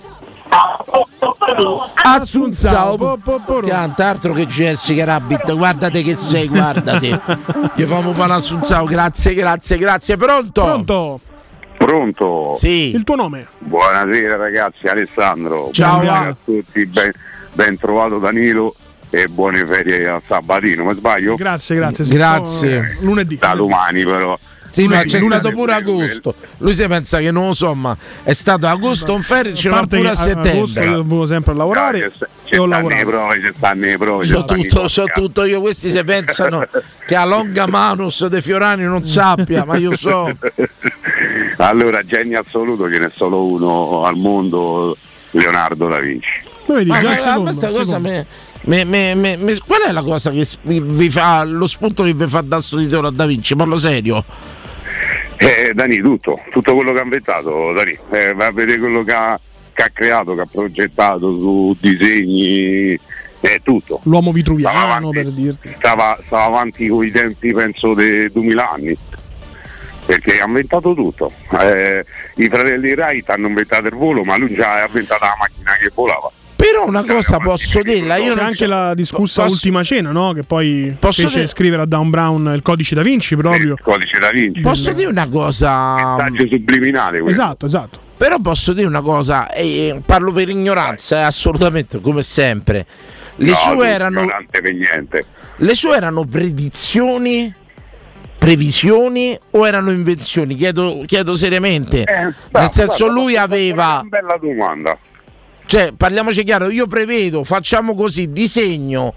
Assunzao canta altro che Jessica Rabbit. Guardate che sei, guardate. Io famo fare l'assunzao. Grazie. Pronto? Sì. Il tuo nome? Buonasera ragazzi, Alessandro. Ciao a tutti, ben trovato Danilo e buone ferie a Sabatino, mi sbaglio? Grazie. Lunedì. Da domani però. Sì, ma c'è stato pure agosto. Lui si pensa che non lo so, ma è stato agosto un ferie, ce l'ho pure a settembre. Agosto io devo sempre a lavorare. Ci stanno le prove. So tutto io, questi si pensano che a longa manus De Fiorani non sappia, ma io so. Allora, genio assoluto, ce n'è solo uno al mondo, Leonardo da Vinci. Questa cosa qual è la cosa che vi fa lo spunto che vi fa da sto titolo a Da Vinci? Parlo serio. Dani, tutto quello che ha inventato, Dani, va a vedere quello che ha creato, che ha progettato su disegni, tutto. L'uomo vitruviano, per dirti. Stava avanti con i tempi, penso, dei 2000 anni, perché ha inventato tutto. I fratelli Wright hanno inventato il volo, ma lui già ha inventato la macchina che volava. Però una cosa posso dirla, io non anche la discussa Ultima Cena, no? Che poi fece scrivere a Dan Brown il codice da Vinci proprio. Il codice da Vinci. Posso dire una cosa? Messaggio subliminale quello. Esatto. Però posso dire una cosa, parlo per ignoranza, assolutamente, come sempre. Le sue erano previsioni o erano invenzioni? Chiedo seriamente. Nel senso, lui aveva. Una bella domanda. Cioè, parliamoci chiaro, io prevedo, facciamo così, disegno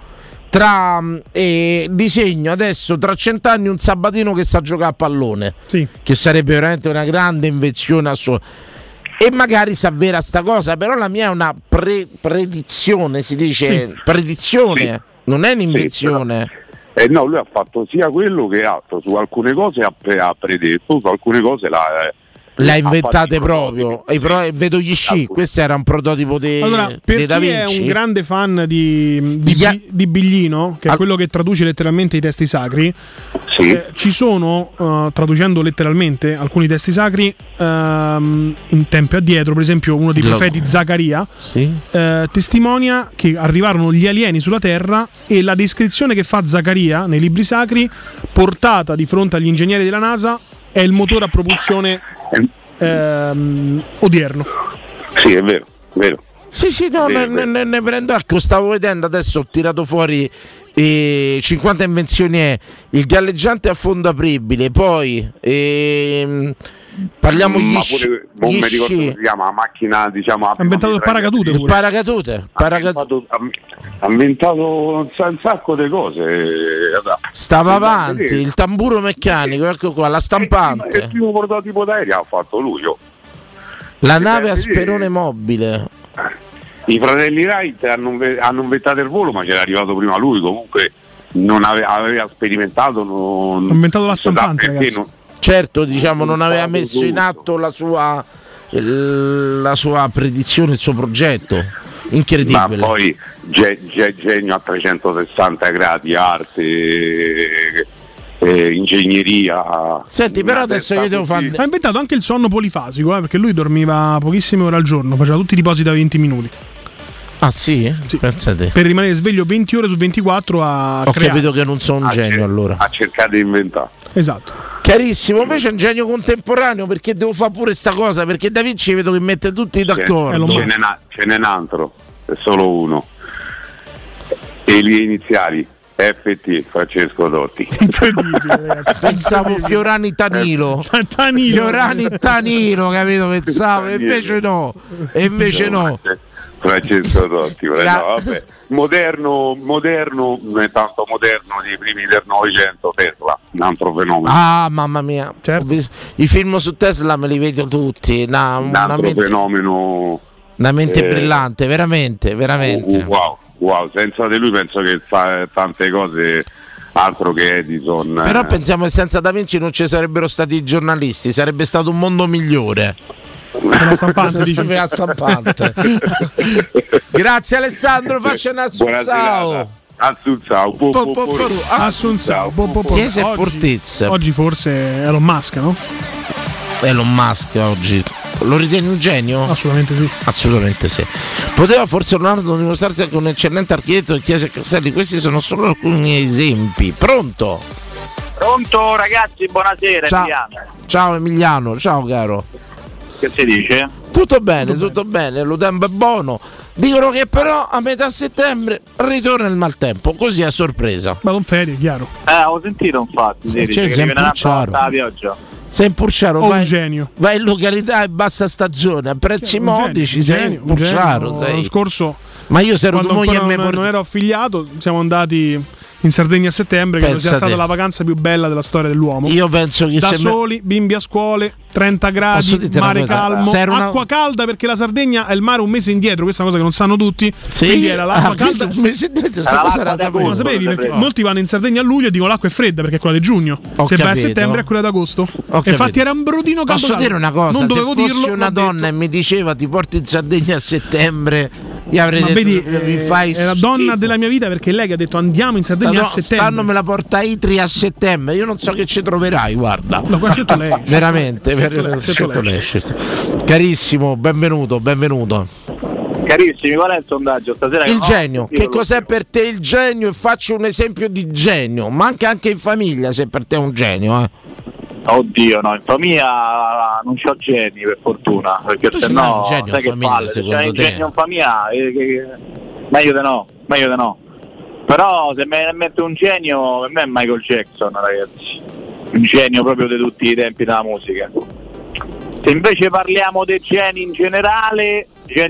adesso tra 100 anni un Sabatino che sa giocare a pallone, che sarebbe veramente una grande invenzione e magari si avvera sta cosa, però la mia è una predizione, si dice predizione, non è un'invenzione. No, lui ha fatto sia quello che altro, su alcune cose ha predetto, su alcune cose l'ha inventate proprio. Vedo gli sci. Questo era un prototipo di Da Vinci. È un grande fan di Biglino, che è quello che traduce letteralmente i testi sacri. Ci sono, traducendo letteralmente alcuni testi sacri in tempi addietro, per esempio uno dei profeti Zaccaria testimonia che arrivarono gli alieni sulla terra, e la descrizione che fa Zaccaria nei libri sacri, portata di fronte agli ingegneri della NASA, è il motore a propulsione odierno. Sì, è vero. Sì, no, ne prendo atto. Stavo vedendo adesso, ho tirato fuori 50 invenzioni, il galleggiante a fondo apribile, poi parliamo non mi ricordo come si chiama, la macchina, diciamo, ha inventato il paracadute pure. Ha inventato un sacco di cose. Stava avanti, il tamburo meccanico, ecco qua, la stampante. Il primo prototipo d'aereo ha fatto lui. La nave a sperone mobile. I fratelli Wright hanno inventato il volo, ma c'era arrivato prima lui. Comunque non aveva sperimentato. Ha inventato la stampante, ragazzi. Certo, diciamo, non aveva messo in atto la sua predizione, il suo progetto. Incredibile. Ma poi genio a 360 gradi, arte, ingegneria. Senti, però adesso io devo fare. Ha inventato anche il sonno polifasico, perché lui dormiva pochissime ore al giorno, faceva tutti i riposi da 20 minuti. Ah sì? Pensate. Per rimanere sveglio 20 ore su 24 a Ho capito che non sono un genio allora. Ha cercato di inventare. Esatto. Chiarissimo, invece è un genio contemporaneo, perché devo fare pure sta cosa, perché Da Vinci vedo che mette tutti d'accordo. Ce n'è un altro, è solo uno. E gli iniziali FT, Francesco Dotti. Incredibile, ragazzi. Pensavo Fiorani Tanilo. Fiorani Tanilo, capito? Pensavo, invece no. Francesco Totti, no, vabbè. Moderno, non è tanto moderno dei primi del Novecento, Tesla, un altro fenomeno. Ah, mamma mia, certo. I film su Tesla me li vedo tutti, un altro fenomeno. Una mente brillante, veramente. Wow, senza di lui penso che fa tante cose altro che Edison. Però pensiamo che senza Da Vinci non ci sarebbero stati i giornalisti, sarebbe stato un mondo migliore. La stampante, dice. La stampante. Grazie Alessandro, faccia un assunzao. Assunzao. Chiesa e Fortezza. Oggi forse Elon Musk, no? Elon Musk oggi. Lo ritieni un genio? Assolutamente sì. Poteva forse Leonardo dimostrarsi anche un eccellente architetto di chiese e castelli. Questi sono solo alcuni esempi. Pronto, ragazzi, buonasera. Ciao Emiliano, ciao caro. Che si dice? Tutto bene, lo tempo è buono. Dicono che però a metà settembre ritorna il maltempo, così a sorpresa. Ma non ferie, chiaro. Ho sentito infatti, c'è sempre la pioggia. Sei in Purciaro, un genio. Vai in località e bassa stagione, a prezzi modici, sei in Purciaro. L'anno scorso, ma io se ero quando non ero affiliato, siamo andati in Sardegna a settembre, che sia stata la vacanza più bella della storia dell'uomo. Io penso che soli, bimbi a scuole, 30 gradi, mare calmo, acqua calda, perché la Sardegna è il mare un mese indietro, questa è una cosa che non sanno tutti. Sì? Quindi era l'acqua calda un mese indietro, non sapevi, perché molti vanno in Sardegna a luglio e dicono l'acqua è fredda perché è quella di giugno. Se vai a settembre è quella d'agosto. Infatti era un brodino caldo. Posso dire una cosa? Non dovevo se fossi dirlo, una donna e mi diceva ti porto in Sardegna a settembre, io avrei detto, vedi, mi fai è la donna della mia vita, perché lei che ha detto andiamo in Sardegna a settembre. Me la porta Itri a settembre, io non so che ci troverai, guarda. No, qua scelto lei. Veramente, scelto lei. Carissimo, benvenuto. Carissimi, qual è il sondaggio stasera? Il genio, che cos'è per te il genio? E faccio un esempio di genio, ma anche in famiglia, se per te è un genio, Oddio, no, in famiglia non c'ho geni, per fortuna, perché se no sai che palle, se c'è un genio in famiglia meglio di no. Però se me ne mette un genio, per me è Michael Jackson, ragazzi, un genio proprio di tutti i tempi della musica. Se invece parliamo dei geni in generale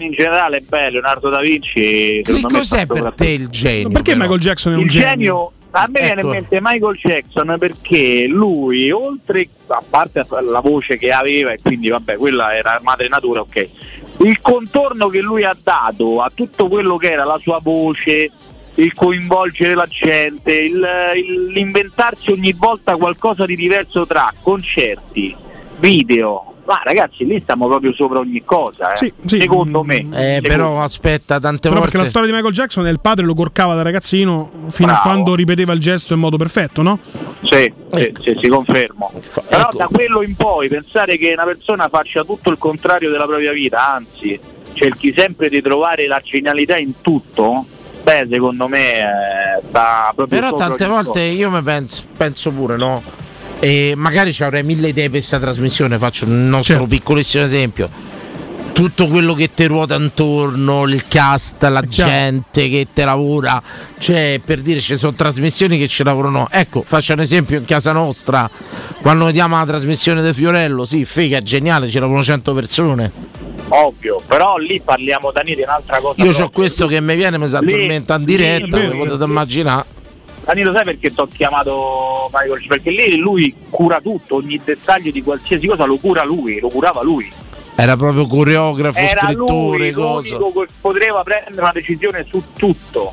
è bello, Leonardo da Vinci. Che cos'è per te il genio? Perché però? Michael Jackson è un genio? A me viene in mente Michael Jackson perché lui, oltre a parte la voce che aveva, e quindi vabbè, quella era madre natura, ok, il contorno che lui ha dato a tutto quello che era la sua voce, il coinvolgere la gente, l'inventarsi ogni volta qualcosa di diverso tra concerti, video. Ma ragazzi, lì stiamo proprio sopra ogni cosa, Sì. Secondo me. Però aspetta, tante volte. Perché la storia di Michael Jackson è il padre lo corcava da ragazzino fino a quando ripeteva il gesto in modo perfetto, no? Sì, confermo. Però da quello in poi pensare che una persona faccia tutto il contrario della propria vita, anzi, cerchi sempre di trovare la genialità in tutto. Secondo me sta proprio. Però tante volte io mi penso pure, no? E magari ci avrei 1000 idee per questa trasmissione, faccio un nostro piccolissimo esempio. Tutto quello che ti ruota intorno, il cast, la gente che te lavora, cioè per dire ci sono trasmissioni che ci lavorano. Ecco, faccio un esempio in casa nostra, quando vediamo la trasmissione di Fiorello, sì, figa, geniale, ci lavorano 100 persone. Ovvio, però lì parliamo da di un'altra cosa. Io ho questo che mi viene, mi si addormenta in diretta, come potete immaginare. Danilo, sai perché ti ho chiamato Michael? Perché lì lui cura tutto, ogni dettaglio di qualsiasi cosa lo curava lui. Era proprio coreografo, era scrittore, cosa. Poteva prendere una decisione su tutto.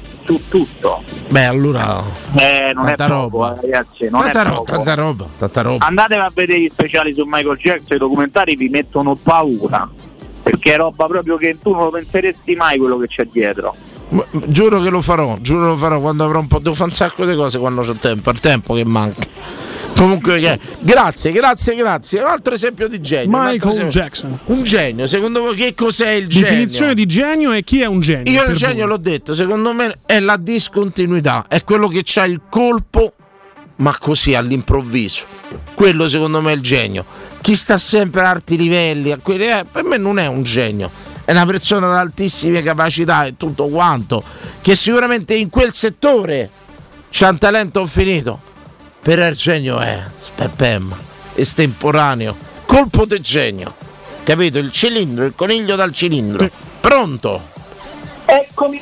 Beh, allora non è poco, ragazzi, tanta roba. Andatevi a vedere gli speciali su Michael Jackson, i documentari vi mettono paura, perché è roba proprio che tu non lo penseresti mai quello che c'è dietro. Giuro che lo farò quando avrò un po'. Devo fare un sacco di cose quando c'ho tempo, il tempo che manca. Comunque grazie. Un altro esempio di genio. Michael Jackson. Un genio, secondo voi che cos'è il genio? Definizione di genio e chi è un genio? Io il genio l'ho detto, secondo me è la discontinuità, è quello che c'ha il colpo, ma così all'improvviso. Quello secondo me è il genio. Chi sta sempre ad alti livelli, per me non è un genio. È una persona di altissime capacità e tutto quanto, che sicuramente in quel settore c'ha un talento infinito, però il genio è spepem, estemporaneo, colpo del genio, capito? Il cilindro, il coniglio dal cilindro. Pronto? Eccomi.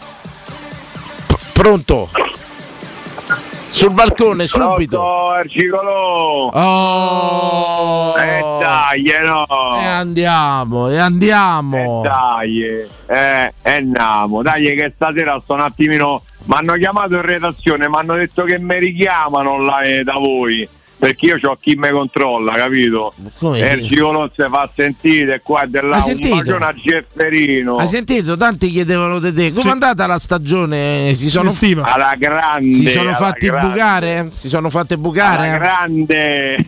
Pronto? Sul balcone, subito. Pronto, Gigolò. Oh, dai, no. Andiamo. Dai, andiamo. Dai, che stasera sto un attimino. Mi hanno chiamato in redazione, mi hanno detto che mi richiamano là da voi. Perché io ho chi mi controlla, capito? E il Gigolò si fa sentire qua e là. Un bacione a Gefferino. Hai sentito? Tanti chiedevano di te. Come è andata la stagione? Alla grande. Si sono fatti bucare? Si sono fatte bucare? Alla grande.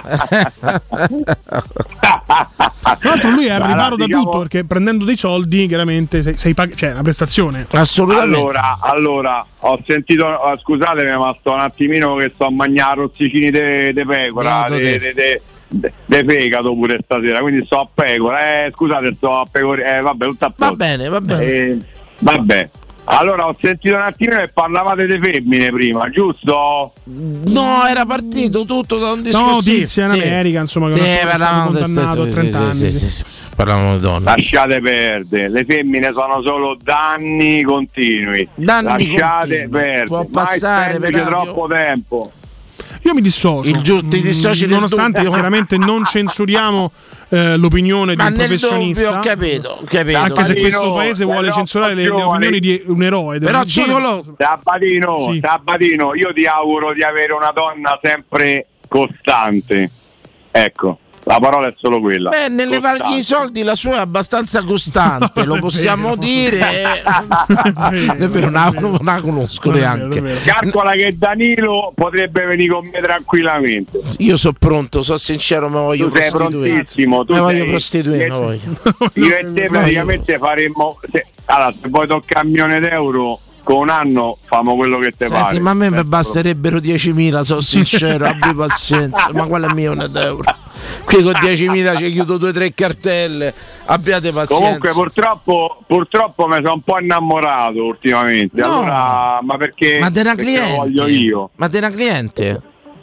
Tra l'altro lui è al riparo da tutto, perché prendendo dei soldi chiaramente sei cioè è una prestazione. Assolutamente. Allora ho sentito, scusatemi, ma sto un attimino che sto a mangiare rossicini di pecora, di fegato pure stasera, quindi sto a pecora. Scusate, sto a pecora. Vabbè, tutto a posto. Va bene. Vabbè. Allora ho sentito un attimino che parlavate di femmine prima, giusto? No, era partito tutto da un discorso. Notizia in America, insomma, che è stato condannato a 30 anni. Parlavamo di donne. Lasciate perdere, le femmine sono solo danni continui. Lasciate perdere. Può passare per troppo tempo. Io mi dissocio. Ti dissoci nonostante chiaramente non censuriamo l'opinione di un professionista. Ho capito. Anche se questo paese vuole censurare le opinioni di un eroe. Però Gigolò, Sabatino, io ti auguro di avere una donna sempre costante. Ecco. La parola è solo quella. Beh, nelle varghi i soldi la sua è abbastanza costante, lo possiamo dire. È vero, non la conosco neanche. Calcola che Danilo potrebbe venire con me tranquillamente. Io sono pronto, sono sincero, mi voglio prostituire. Prontissimo, mi voglio prostituire. Io e te praticamente faremmo. Allora, se vuoi toccare €1.000.000 con un anno famo quello che te pare. Ma a me mi basterebbero 10.000, sono sincero, abbi pazienza. Ma quale €1.000.000? Qui con 10.000 ci chiudo 2 o 3 cartelle, abbiate pazienza. Comunque purtroppo mi sono un po' innamorato ultimamente. No. Allora, ma perché? Ma della cliente? Lo voglio io. Ma della cliente?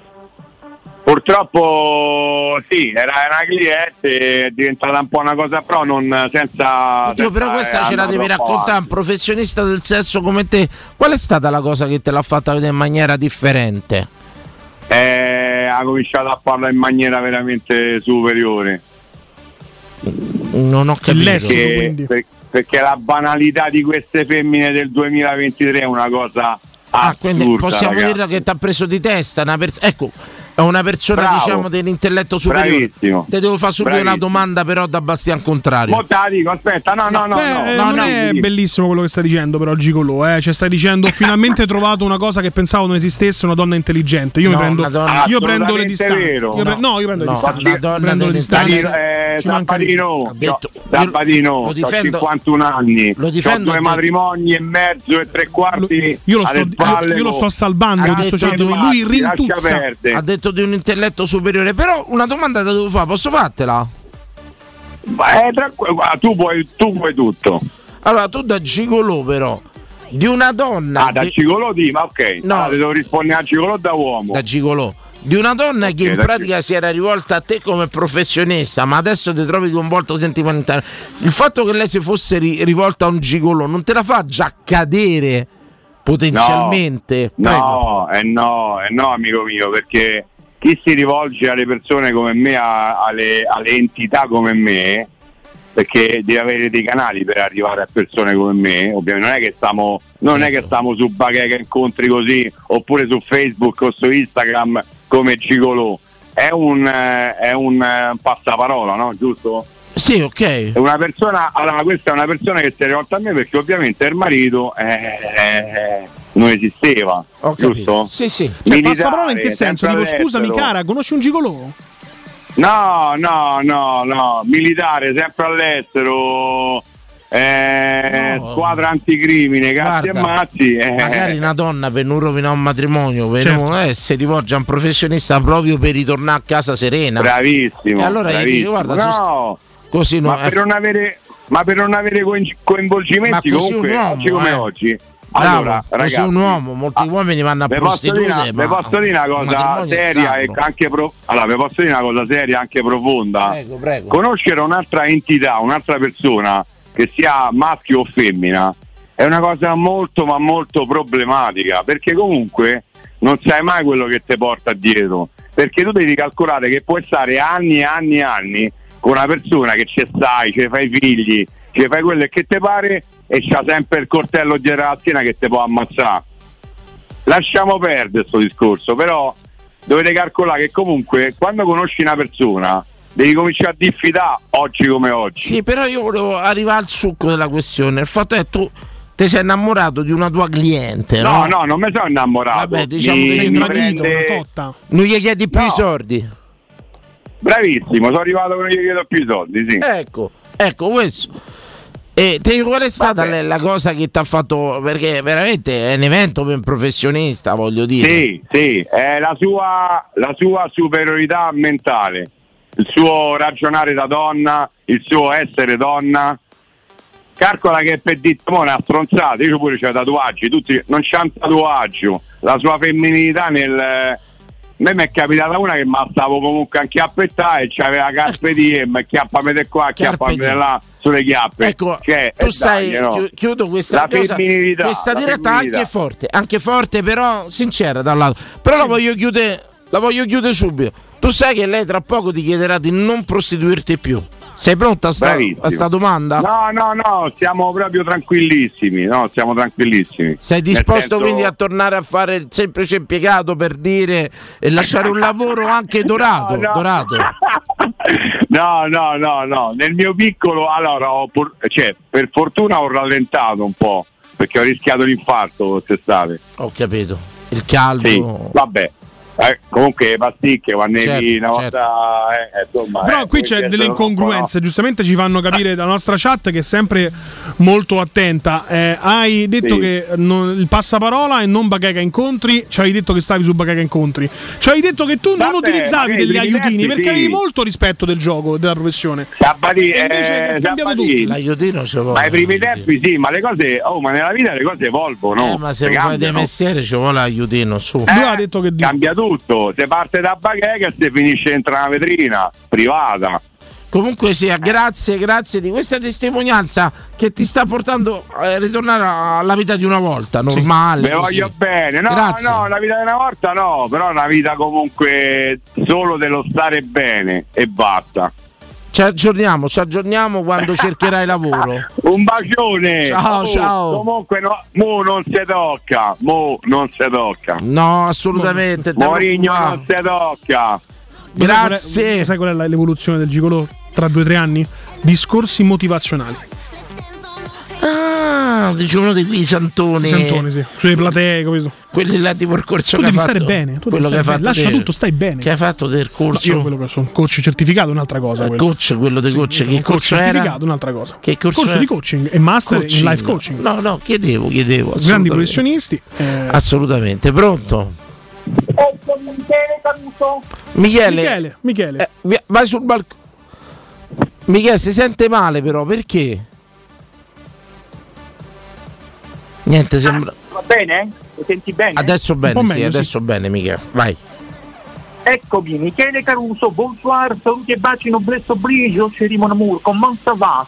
Purtroppo sì, era una cliente, è diventata un po' una cosa, però non senza. Oddio, però questa ce la devi raccontare un professionista del sesso come te. Qual è stata la cosa che te l'ha fatta vedere in maniera differente? Ha cominciato a parlare in maniera veramente superiore. Non ho capito. Perché la banalità di queste femmine del 2023 è una cosa assurda. Quindi possiamo dire che ti ha preso di testa ecco, è una persona, bravo, diciamo, dell'intelletto superiore. Bravissimo. Te devo fare subito una domanda però da Bastian Contrario. Mo te la dico, aspetta, no, è bellissimo quello che stai dicendo però Gigolò, cioè stai dicendo ho finalmente trovato una cosa che pensavo non esistesse, una donna intelligente. Io prendo le distanze. Io prendo le distanze. Prendo le distanze. Sabatino, ho 51 anni, ho 2 matrimoni e mezzo e 3/4. Io lo sto salvando, dissociandomi. Lui rintuzza. Ha detto di un intelletto superiore, però una domanda te devo fare, posso fartela? Tu puoi tutto. Allora, tu da Gigolò però di una donna da Gigolò ma ok, no, devo rispondere a Gigolò da uomo. Da Gigolò di una donna che in pratica si era rivolta a te come professionista, ma adesso ti trovi coinvolto sentimentale. Il fatto che lei si fosse rivolta a un Gigolò non te la fa già cadere potenzialmente? No, amico mio, perché chi si rivolge alle persone come me, alle entità come me, perché deve avere dei canali per arrivare a persone come me. Ovviamente non è che stiamo su Bacheca incontri così, oppure su Facebook o su Instagram come Gigolò. È un passaparola, no? Giusto? Sì, ok. È una persona, allora questa è una persona che si è rivolta a me perché ovviamente il marito non esisteva, giusto? Sì. Cioè, passaparola in che senso? Dico, scusami cara, conosci un Gigolò? No, militare, sempre all'estero, squadra anticrimine, cazzi e mazzi. Magari una donna per non rovinare un matrimonio, si rivolge a un professionista proprio per ritornare a casa serena. Bravissimo. E allora gli dice, guarda, così ma per non avere coinvolgimenti comunque oggi come oggi. Allora, ragazzi, sei un uomo, molti uomini vanno a prostitute. Vi posso dire una cosa seria e anche vi posso dire una cosa seria e anche profonda. Prego. Conoscere un'altra entità, un'altra persona, che sia maschio o femmina, è una cosa molto ma molto problematica, perché comunque non sai mai quello che ti porta dietro, perché tu devi calcolare che puoi stare anni e anni e anni con una persona che ci stai, ci fai figli, ci fai quello che ti pare e c'ha sempre il coltello dietro la schiena che ti può ammazzare. Lasciamo perdere questo discorso, però dovete calcolare che comunque quando conosci una persona devi cominciare a diffidare oggi come oggi. Sì, però io volevo arrivare al succo della questione. Il fatto è che tu ti sei innamorato di una tua cliente, no? No, non mi sono innamorato. Vabbè, diciamo che sei tradito, una cotta. Non gli chiedi più i soldi. Bravissimo, sono arrivato che non gli chiedo più i soldi, sì. Ecco questo. E te dico, qual è stata la cosa che ti ha fatto, perché veramente è un evento per un professionista, voglio dire. Sì, è la sua superiorità mentale, il suo ragionare da donna, il suo essere donna. Calcola che per dire una stronzata, io pure c'ho tatuaggi, tutti non c'è un tatuaggio, la sua femminilità a me mi è capitata una che mi stavo comunque a chiappettare e c'aveva carpe diem, chiappamete qua, chiappamete là sulle chiappe. Ecco, cioè, tu sai, no? chiudo questa cosa, questa diretta anche forte, però sincera da un lato. Però la voglio chiudere subito. Tu sai che lei tra poco ti chiederà di non prostituirti più. Sei pronta a sta domanda? No, siamo proprio tranquillissimi. Sei disposto quindi a tornare a fare il semplice impiegato, per dire, e lasciare un lavoro anche dorato? No. Nel mio piccolo, allora, per fortuna ho rallentato un po', perché ho rischiato l'infarto quest'estate. Ho capito. Il caldo. Sì, vabbè. Comunque pasticche quando una volta insomma, però qui c'è delle incongruenze, giustamente ci fanno capire dalla nostra chat che è sempre molto attenta. Hai detto che il passaparola e non Bacheca Incontri, ci hai detto che stavi su Bacheca Incontri, ci hai detto che tu non utilizzavi degli aiutini perché avevi molto rispetto del gioco, della professione, e invece è cambiato tutto. L'aiutino ce vuole, ma ai primi tempi sì, ma le cose ma nella vita le cose evolvono, ma se fai dei mestieri ci vuole l'aiutino su. Lui ha detto che cambia tutto, se parte da Bacheca e si finisce dentro una vetrina privata. Comunque sia, grazie di questa testimonianza che ti sta portando a ritornare alla vita di una volta normale. Mi voglio bene, no, la vita di una volta no, però una vita comunque solo dello stare bene e basta. Ci aggiorniamo quando cercherai lavoro. Un bacione. Ciao. Comunque mo non si tocca. No, assolutamente. Mourinho non si tocca. Grazie. Sai qual è l'evoluzione del gigolò tra 2 o 3 anni? Discorsi motivazionali. Dice uno di quei santoni. Sì. Sulle platee, capito? Quelli là tipo il corso tu che devi ha fatto. Stare bene. Tu quello devi che ha fatto. Lascia tutto, stai bene. Che ha fatto del corso. Io quello che sono coach certificato è un'altra cosa. Quello dei coach. Che corso era? Certificato è un'altra cosa. Che corso di coaching e master in life coaching. No, chiedevo. Grandi professionisti. Assolutamente. Pronto? Michele. Vai sul balcone. Michele si sente male però, perché? Niente, sembra. Va bene? Mi senti bene? Adesso bene, meglio, adesso bene, Michele. Vai. Eccomi, Michele Caruso, bonsoir, saluti e baci, noblesse oblige, ci mon amour, comment ça va?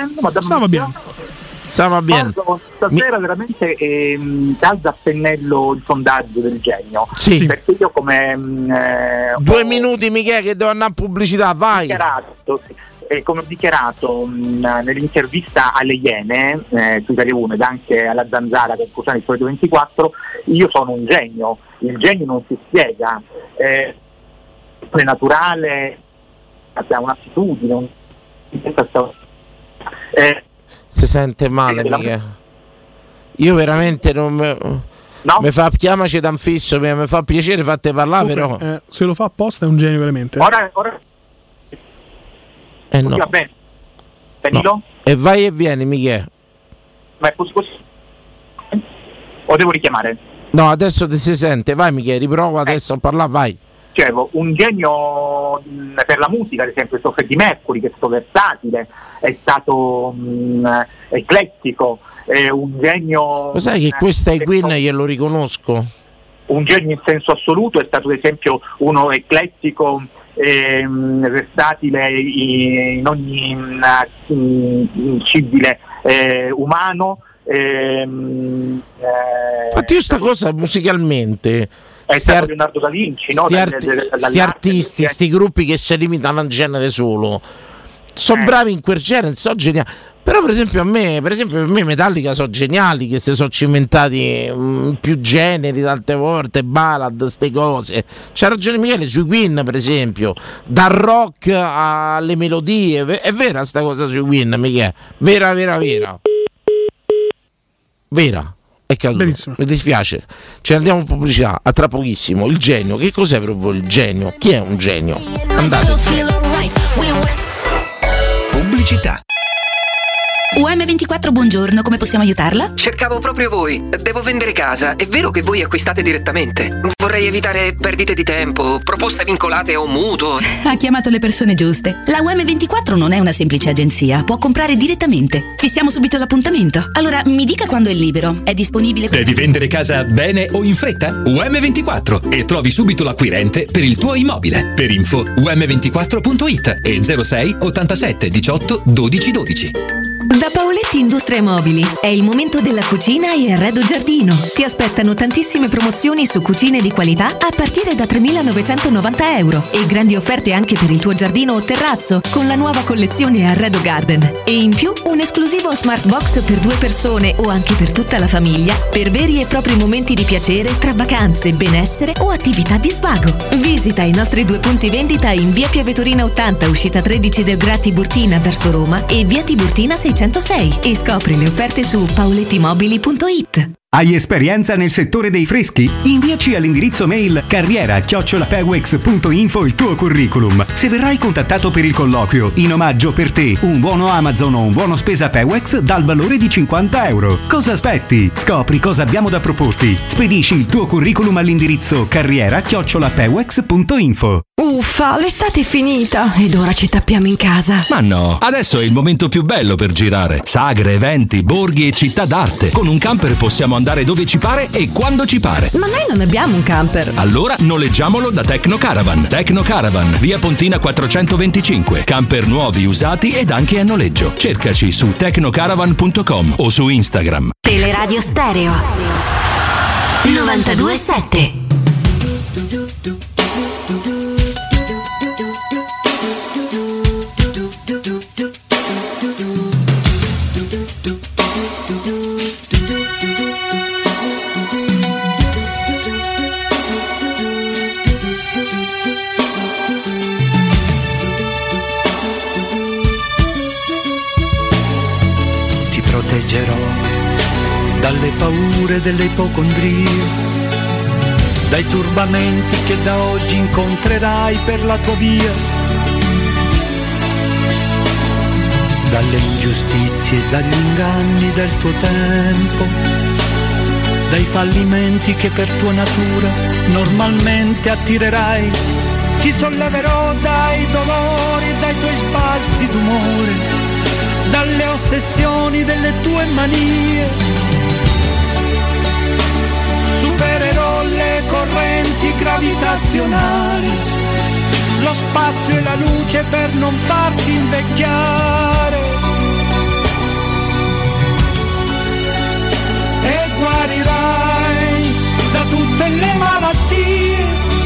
Stava bene. Stasera veramente calza a pennello il sondaggio del genio. Sì. Perché io come 2 minuti, Michele, che devo andare a pubblicità, vai. Come ho dichiarato nell'intervista alle Iene su Italia 1 ed anche alla Zanzara per Cusani Solito 24, io sono un genio. Il genio non si spiega, è naturale, ha un'attitudine, si sente male, Michele. Io veramente non mi fa, chiamaci da un fisso, mi fa piacere farti parlare, però se lo fa apposta è un genio veramente. Ora no. Va bene. No. E vai e vieni, Michele. Ma è così? O devo richiamare? No, adesso ti si sente. Vai, Michele, riprova adesso a parlare, vai. Dicevo, un genio per la musica, ad esempio, questo Freddie Mercury, che è stato versatile, è stato eclettico, è un genio. Lo sai che questo è Queen, glielo riconosco. Un genio in senso assoluto, è stato ad esempio uno eclettico, versatile in ogni cibile umano, Infatti io sta cosa musicalmente è stato Leonardo da Vinci, no? Sti artisti, sti gruppi che si limitano a un genere solo, sono bravi in quel genere, sono geniali. Però per esempio per me Metallica sono geniali, che si sono cimentati più generi tante volte, ballad, ste cose. C'ha ragione Michele, sui Queen per esempio, dal rock alle melodie. È vera sta cosa sui Queen, Michele? Vera. È caduto. Mi dispiace. Ce ne andiamo in pubblicità, a tra pochissimo. Il genio, che cos'è per voi il genio? Chi è un genio? Andate insieme. Pubblicità. UM24, buongiorno, come possiamo aiutarla? Cercavo proprio voi. Devo vendere casa. È vero che voi acquistate direttamente? Vorrei evitare perdite di tempo, proposte vincolate o mutuo. Ha chiamato le persone giuste. La UM24 non è una semplice agenzia, può comprare direttamente. Fissiamo subito l'appuntamento. Allora, mi dica quando è libero. È disponibile? Devi vendere casa bene o in fretta? UM24 e trovi subito l'acquirente per il tuo immobile. Per info um24.it e 06 87 18 12 12. Da Paoletti Industrie Mobili è il momento della cucina e arredo giardino. Ti aspettano tantissime promozioni su cucine di qualità a partire da 3.990 euro e grandi offerte anche per il tuo giardino o terrazzo con la nuova collezione Arredo Garden. E in più un esclusivo smart box per 2 persone o anche per tutta la famiglia per veri e propri momenti di piacere tra vacanze, benessere o attività di svago. Visita i nostri 2 punti vendita in via Piavetorina 80, uscita 13 del Gra Tiburtina verso Roma e via Tiburtina 606 e scopri le offerte su paolettimobili.it. Hai esperienza nel settore dei freschi? Inviaci all'indirizzo mail carriera@pewex.info il tuo curriculum. Se verrai contattato per il colloquio, in omaggio per te un buono Amazon o un buono spesa Pewex dal valore di 50 euro. Cosa aspetti? Scopri cosa abbiamo da proporti. Spedisci il tuo curriculum all'indirizzo carriera@pewex.info. Uffa, l'estate è finita ed ora ci tappiamo in casa. Ma no, adesso è il momento più bello per girare. Sagre, eventi, borghi e città d'arte. Con un camper possiamo andare dove ci pare e quando ci pare. Ma noi non abbiamo un camper. Allora noleggiamolo da Tecno Caravan. Tecno Caravan, via Pontina 425. Camper nuovi, usati ed anche a noleggio. Cercaci su tecnocaravan.com o su Instagram. Teleradio Stereo 92.7. Dalle paure delle ipocondrie, dai turbamenti che da oggi incontrerai per la tua via, dalle ingiustizie e dagli inganni del tuo tempo, dai fallimenti che per tua natura normalmente attirerai. Ti solleverò dai dolori e dai tuoi sbalzi d'umore, dalle ossessioni delle tue manie. Supererò le correnti gravitazionali, lo spazio e la luce per non farti invecchiare. E guarirai da tutte le malattie,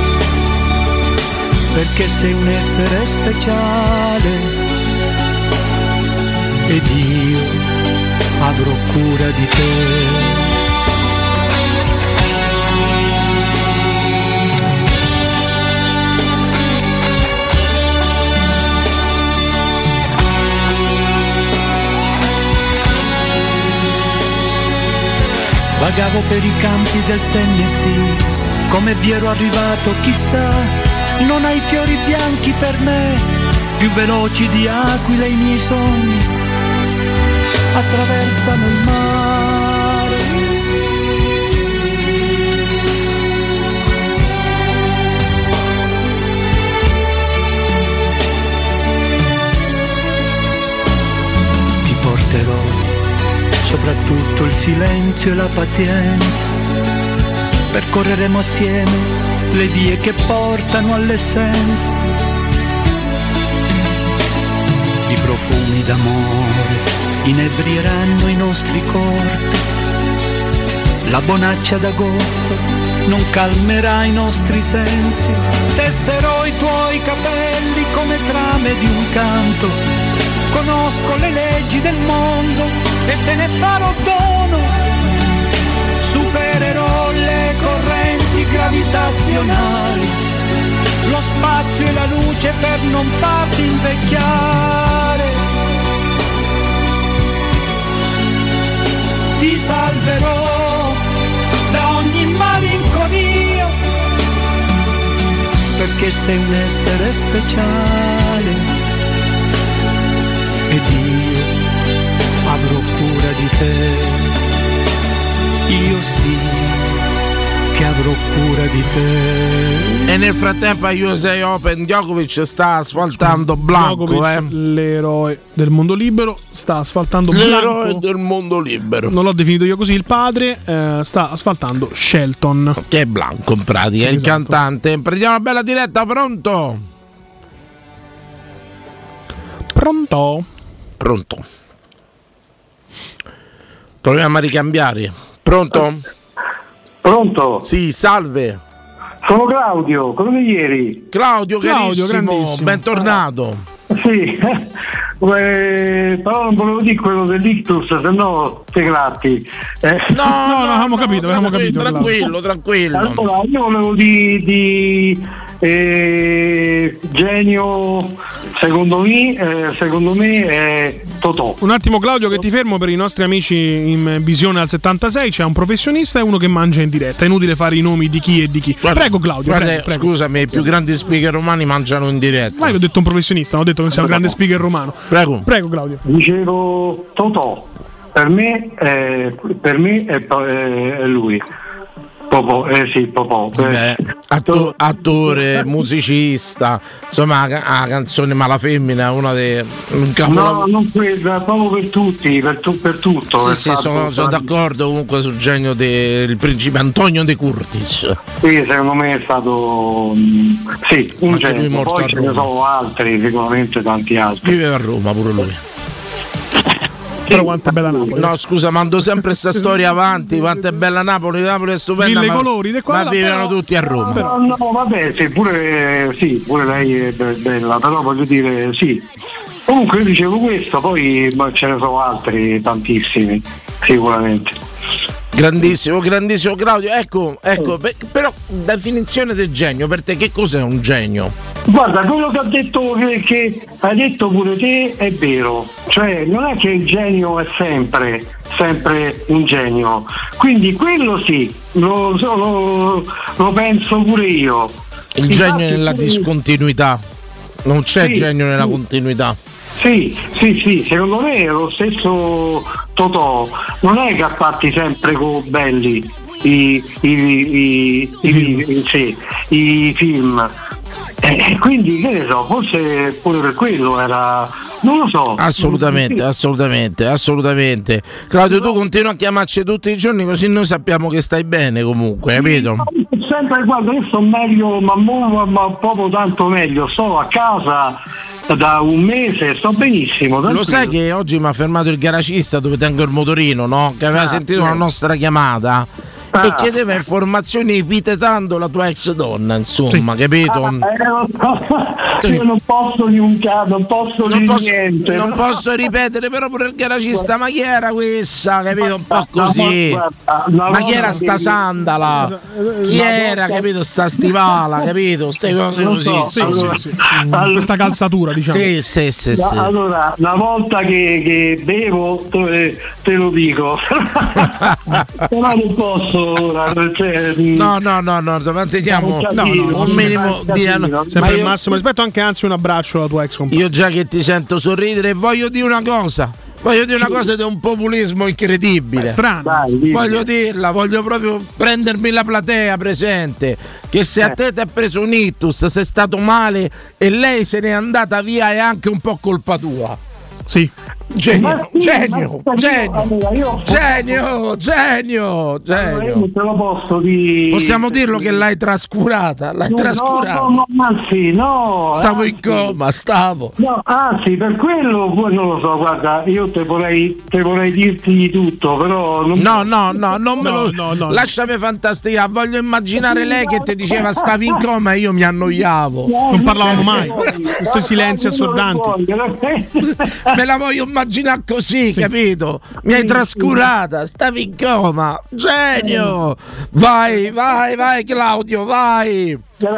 perché sei un essere speciale ed io avrò cura di te. Vagavo per i campi del Tennessee, come vi ero arrivato chissà. Non hai fiori bianchi per me, più veloci di aquile i miei sogni attraversano il mare. Ti porterò soprattutto il silenzio e la pazienza, percorreremo assieme le vie che portano all'essenza. I profumi d'amore inebrieranno i nostri corpi, La bonaccia d'agosto non calmerà i nostri sensi. Tesserò i tuoi capelli come trame di un canto. Conosco le leggi del mondo e te ne farò dono. Supererò le correnti gravitazionali, lo spazio e la luce per non farti invecchiare. Ti salverò da ogni malinconia, perché sei un essere speciale ed io avrò cura di te. Io sì che avrò cura di te. E nel frattempo a USA Open Djokovic sta asfaltando Blanco, Djokovic, l'eroe del mondo libero, sta asfaltando l'eroe Blanco. del mondo libero. Non l'ho definito io così, il padre sta asfaltando Shelton. Che è Blanco in pratica, sì, il esatto. cantante. Prendiamo una bella diretta, pronto? Pronto? Pronto. Proviamo a ricambiare. Pronto? Pronto? Sì, salve. Sono Claudio, come ieri. Claudio, carissimo, grandissimo. bentornato. Sì, però non volevo dire quello dell'ictus, se no te gratti. No, avevamo capito. Tranquillo. Allora, io volevo di genio, secondo me è Totò. Un attimo Claudio che ti fermo per i nostri amici in visione al 76, c'è un professionista e uno che mangia in diretta, è inutile fare i nomi di chi e di chi. Prego Claudio, prego. Scusami, i più grandi speaker romani mangiano in diretta. Ma io ho detto un professionista, non ho detto che sia un grande speaker romano. Prego Claudio. Dicevo Totò, per me è lui. Popò. Attore, musicista, insomma la canzone Mala Femmina, una dei No, non quella, proprio per tutti, per tutto. Sì, sono d'accordo comunque sul genio del principe Antonio De Curtis. Sì, secondo me è stato un genio. Poi ce ne sono altri, sicuramente tanti altri. Vive a Roma pure lui. Però quanto è bella Napoli. No, scusa, mando sempre sta storia avanti. Quanto è bella Napoli è stupenda. Mille colori, ma vivono tutti a Roma. No, vabbè, pure lei è bella, però voglio dire, sì. Comunque io dicevo questo, poi ce ne sono altri, tantissimi, sicuramente. Grandissimo Claudio, ecco, però definizione del genio, per te che cos'è un genio? Guarda, quello che ha detto che hai detto pure te è vero, cioè non è che il genio è sempre un genio, quindi quello sì, lo penso pure io. Il genio è nella discontinuità, non c'è genio nella continuità. Sì, secondo me è lo stesso Totò, non è che ha fatti sempre belli i film. Quindi che ne so, forse pure per quello era, non lo so. Assolutamente. Claudio, tu continua a chiamarci tutti i giorni così noi sappiamo che stai bene comunque, capito? Sempre, guarda, io sto meglio, ma proprio tanto meglio, sto a casa da un mese, sto benissimo. Lo sai che oggi mi ha fermato il garagista dove tengo il motorino, no? Che aveva sentito la nostra chiamata e chiedeva informazioni epitetando la tua ex donna, insomma, capito? Io non posso niente. Non posso ripetere, però pure il garagista, ma chi era questa? Capito? Un po' così. Ma chi era sta sandala? Chi era, capito? Sta stivala, capito? Ste cose così. Questa calzatura, diciamo. Sì. Allora, una volta che bevo te lo dico. Però non posso ora. No, manteniamo un minimo di sempre il massimo rispetto, anche anzi un abbraccio alla tua ex compagna. Io già che ti sento sorridere voglio dire una cosa di un populismo incredibile. Strano. Voglio dirla, voglio proprio prendermi la platea presente. Che se a te ti ha preso un ictus, sei stato male e lei se n'è andata via, è anche un po' colpa tua. Sì. Genio. Allora, io te lo posso dire. Possiamo dirlo che l'hai trascurata? No, anzi, no. Stavo in coma, stavo. No, anzi, per quello non lo so, guarda, io te vorrei dirti tutto, però non lasciami fantasticare, voglio immaginare lei che ti diceva stavi in coma e io mi annoiavo. Non parlavamo mai. Questi silenzi assordanti. Me la voglio immaginare così, capito? Mi hai trascurata, stavi in coma. Genio! Vai Claudio, vai!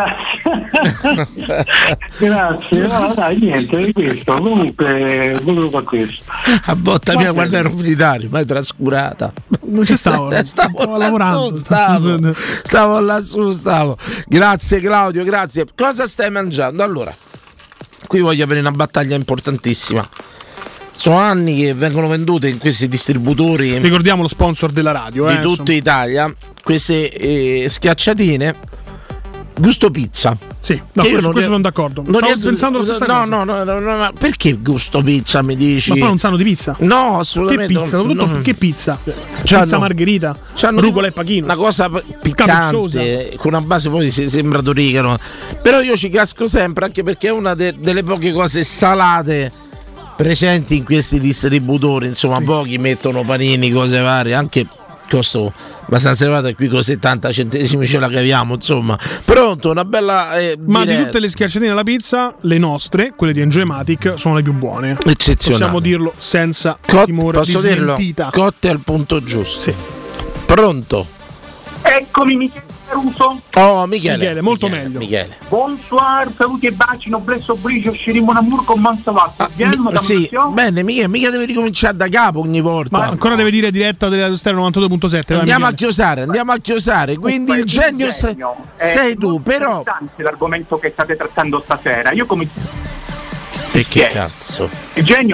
Grazie. No, dai, niente di questo. Comunque volevo fare questo. A botta mia quando ero militare, ma è trascurata. Non ci stavo. Stavo lavorando. Stavo lassù. Grazie Claudio, grazie. Cosa stai mangiando? Allora, qui voglio avere una battaglia importantissima. Sono anni che vengono vendute in questi distributori. Ricordiamo lo sponsor della radio di tutta Italia. Queste schiacciatine gusto pizza. Sì, no, questo sono d'accordo. Stavo pensando la stessa cosa. No, perché gusto pizza mi dici? Ma poi non sanno di pizza? No, assolutamente. Che pizza? Soprattutto che pizza? C'hanno, pizza margherita, rucola e pachino. Una cosa piccante con una base poi sembra d'origano. Però io ci casco sempre, anche perché è una delle poche cose salate presenti in questi distributori. Insomma, pochi mettono panini, cose varie, anche costo abbastanza elevato, e qui con 70 centesimi ce la caviamo, insomma. Pronto, una bella ma di tutte le schiacciatine alla pizza, le nostre, quelle di Enjoymatic, sono le più buone, eccezionali. Possiamo dirlo senza timore di smentita. Cotte al punto giusto. Sì. Pronto? Eccomi, Michele Caruso. Oh, Michele, molto meglio. Michele. Bonsoir, saluti e baci, noblesse obligio, scirimo un amour con manso vasto. Sì, bene, mica deve ricominciare da capo ogni volta. Ma ancora deve dire diretta della Stereo 92.7. Andiamo a chiosare. Quindi il genio sei tu, però. È importante l'argomento che state trattando stasera. Io come. E che cazzo? Il genio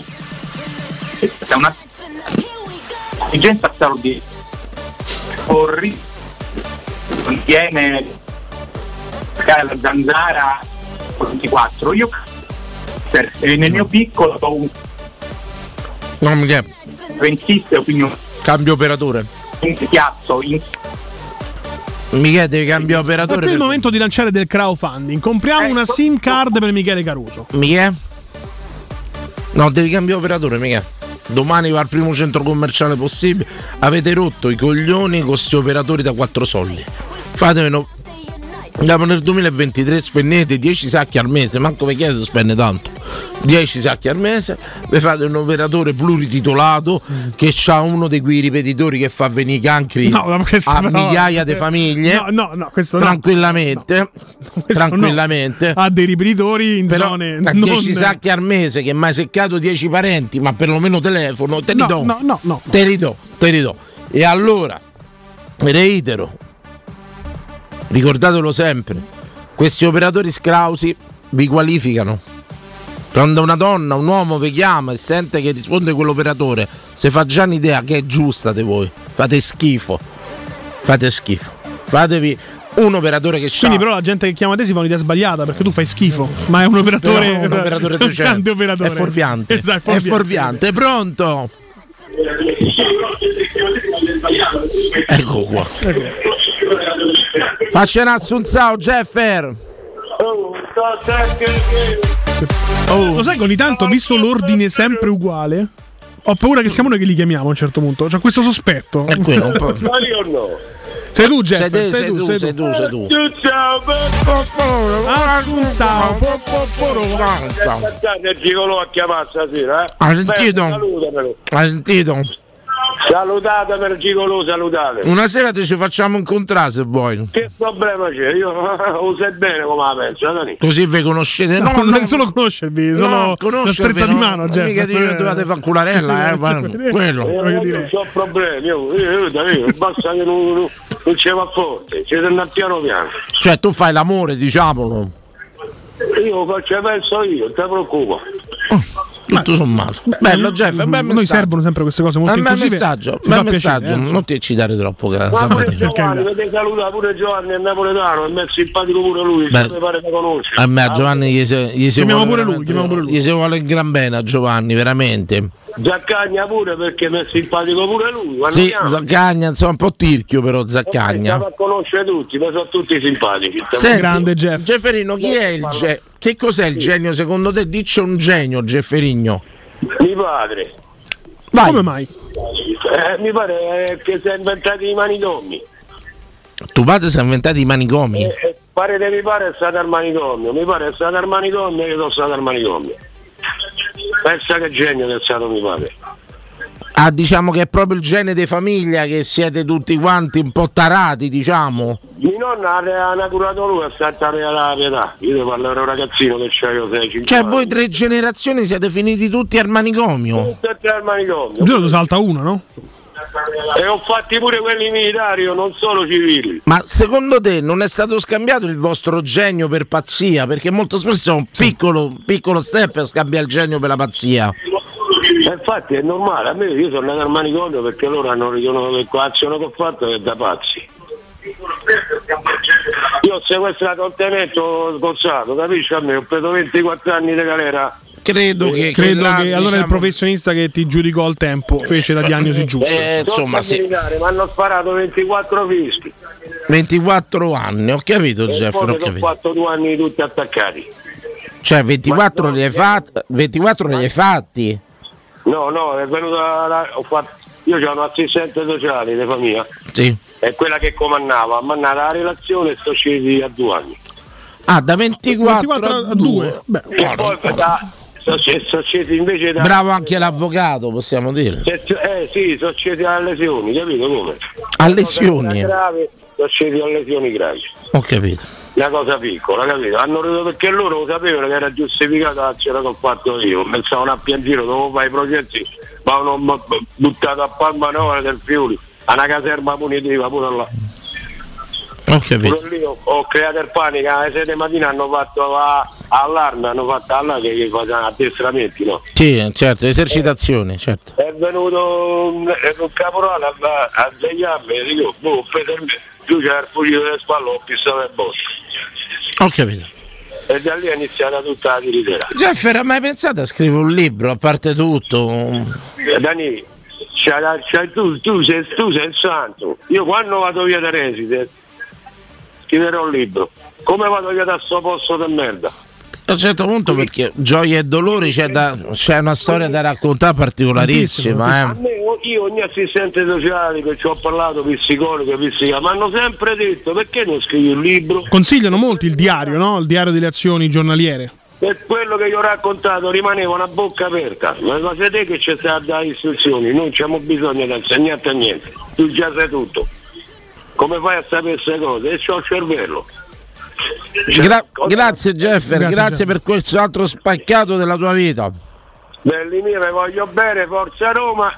è una esigenza straordinaria. Contiene la zanzara 24. Io nel mio piccolo ho un insiste opinione. Cambio operatore. In piazzo Michele deve cambiare operatore. È il momento di lanciare del crowdfunding. Compriamo una SIM card per Michele Caruso. Michele? No, devi cambiare operatore, Michele. Domani va al primo centro commerciale possibile. Avete rotto i coglioni con questi operatori da 4 soldi. Fatemelo. Andiamo nel 2023, spendete 10 sacchi al mese, manco vi chiedo spende tanto. 10 sacchi al mese, vi fate un operatore plurititolato che ha uno di quei ripetitori che fa venire i cancri a migliaia di famiglie. No, questo tranquillamente. Tranquillamente. Ha dei ripetitori in però, zone. Da 10 sacchi al mese che mi hai seccato 10 parenti, ma perlomeno telefono, te li do. No. Te li do. E allora, reitero, ricordatelo sempre, questi operatori scrausi vi qualificano. Quando una donna, un uomo vi chiama e sente che risponde quell'operatore, se fa già un'idea che è giusta di voi, fate schifo. Fatevi un operatore che quindi però la gente che chiama te si fa un'idea sbagliata, perché tu fai schifo, ma è un operatore, un grande operatore. È fuorviante. Esatto, è fuorviante. Pronto? Ecco qua. Faccia un assunzao, Jeffer. Lo sai che ogni tanto, visto l'ordine sempre uguale, ho paura che siamo noi che li chiamiamo a un certo punto. C'ho questo sospetto. È quello un po'. Sei tu, Jeff? Sei tu. Assunzao. Il gigolò a chiamare stasera, Hai sentito? Salutate per Gigolò, salutate. Una sera ci facciamo incontrare se vuoi. Che problema c'è? Io lo sai bene come la penso, Dani. Così vi conoscete. No, non solo conoscervi, sono una stretta di mano, Jeff. Mica dovete fare cularella, quello. Non ho problemi, io basta che non ci va forte, ci torna piano piano. Cioè tu fai l'amore, diciamolo. Io faccio penso io, non ti preoccupa. tutto sommato. Bello Jeff, bel messaggio. Noi servono sempre queste cose molto inclusive. Bel messaggio, non ti eccitare troppo. Ma pure Giovanni, vede saluta pure Giovanni, è napoletano, è simpatico pure lui, mi pare da conoscere. A me a Giovanni gli si vuole gli si vuole in gran bene a Giovanni, veramente. Zaccagna pure perché mi è simpatico pure lui. Sì, Zaccagna, insomma un po' tirchio però Zaccagna. Ma conosce tutti, ma sono tutti simpatici. Senti, grande Jeff. Jefferino, chi è il genio? Che cos'è il genio secondo te? Dice un genio, Jefferino. Mio padre. Vai. Come mai? Mi pare che si è inventati i manicomi. Tuo padre si è inventati i manicomi? Mi pare è stato al manicomio. Mi pare è stato al manicomio e io sono stato al manicomio. Pensa che genio che è stato mio padre. Ah, diciamo che è proprio il gene di famiglia, che siete tutti quanti un po' tarati, diciamo. Mia nonna ha curato lui, è stata alla pietà. Io parlo ero ragazzino che c'avevo 6-5 Cioè anni. voi 3 generazioni siete finiti tutti al manicomio? Tutti al manicomio. Giuro salta uno, no? E ho fatti pure quelli militari, non solo civili. Ma secondo te non è stato scambiato il vostro genio per pazzia? Perché molto spesso è un piccolo step per scambiare il genio per la pazzia. Infatti è normale, a me io sono andato al manicomio perché loro hanno ritenuto che l'azione che ho fatto è da pazzi. Io ho sequestrato un tenetto sgozzato, capisci? A me ho preso 24 anni di galera. Credo che allora il professionista che ti giudicò al tempo fece la diagnosi giusta. Insomma, sì. Mi hanno sparato 24 fischi. 24 anni, ho capito Jeff, ho capito. Ho fatto 2 anni tutti attaccati. Cioè 24 li hai fatti? No, è venuta io c'ho un assistente sociale di famiglia. Sì. È quella che comandava, mi ha mandato la relazione e sto scesi a 2 anni. Ah, da 24 a 2. Beh, sono scesi invece da. Bravo anche l'avvocato, possiamo dire. Sì, sono scesi a lesioni, capito come? A lesioni? Sono scesi a lesioni gravi. Ho capito. Una cosa piccola, capito? Hanno detto perché loro sapevano che era giustificata l'azione che ho fatto io. Pensavano a piangere, dovevo fare i progetti, ma hanno buttato a Palma Nova del Friuli, a una caserma punitiva pure là. Ho capito. Pure lì ho creato il panico, alle 6 mattina hanno fatto allarme, hanno fatto allarme che facevano addestramenti, no? Sì, certo, esercitazioni, certo. È venuto un caporale a svegliarmi e dico, più c'era il fucile delle spalle, ho pissato il bosco. Ho capito. E da lì è iniziata tutta la tiritera. Jeffer, hai mai pensato a scrivere un libro, a parte tutto? Dani, tu sei il santo. Io quando vado via da Resident scriverò un libro. Come vado via da sto posto di merda? A un certo punto, perché Gioia e Dolori c'è una storia da raccontare particolarissima. Io ogni assistente sociale che ci ho parlato, psicologo, mi hanno sempre detto perché non scrivi un libro? Consigliano molti il diario, no? Il diario delle azioni giornaliere. Per quello che io ho raccontato rimaneva una bocca aperta, ma sei te che ci stai a dare istruzioni, non abbiamo bisogno di insegnarti a niente, tu già sai tutto. Come fai a sapere queste cose? E c'ho il cervello. Grazie Jeffer, grazie per questo altro spaccato della tua vita. Belli miei, vi voglio bene, forza Roma.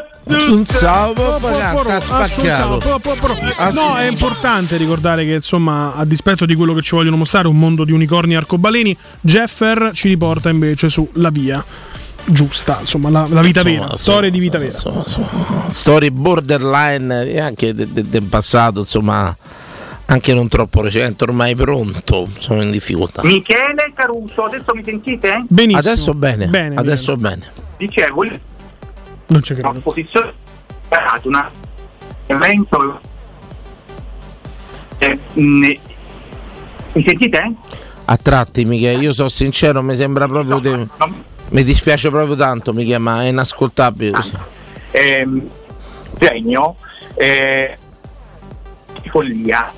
No, è importante ricordare che insomma, a dispetto di quello che ci vogliono mostrare, un mondo di unicorni e arcobaleni, Jeffer ci riporta invece sulla via giusta, insomma, la vita vera, storie di vita vera. Storie borderline e anche del passato, insomma, anche non troppo recente, ormai pronto, sono in difficoltà. Michele Caruso, adesso mi sentite? Benissimo. Adesso bene. Adesso bene. Dicevo, non c'è credo. Un'esposizione, un evento. Mi sentite? A tratti, Michele, io sono sincero, mi sembra proprio mi dispiace proprio tanto, Michele, ma è inascoltabile così. Genio, follia.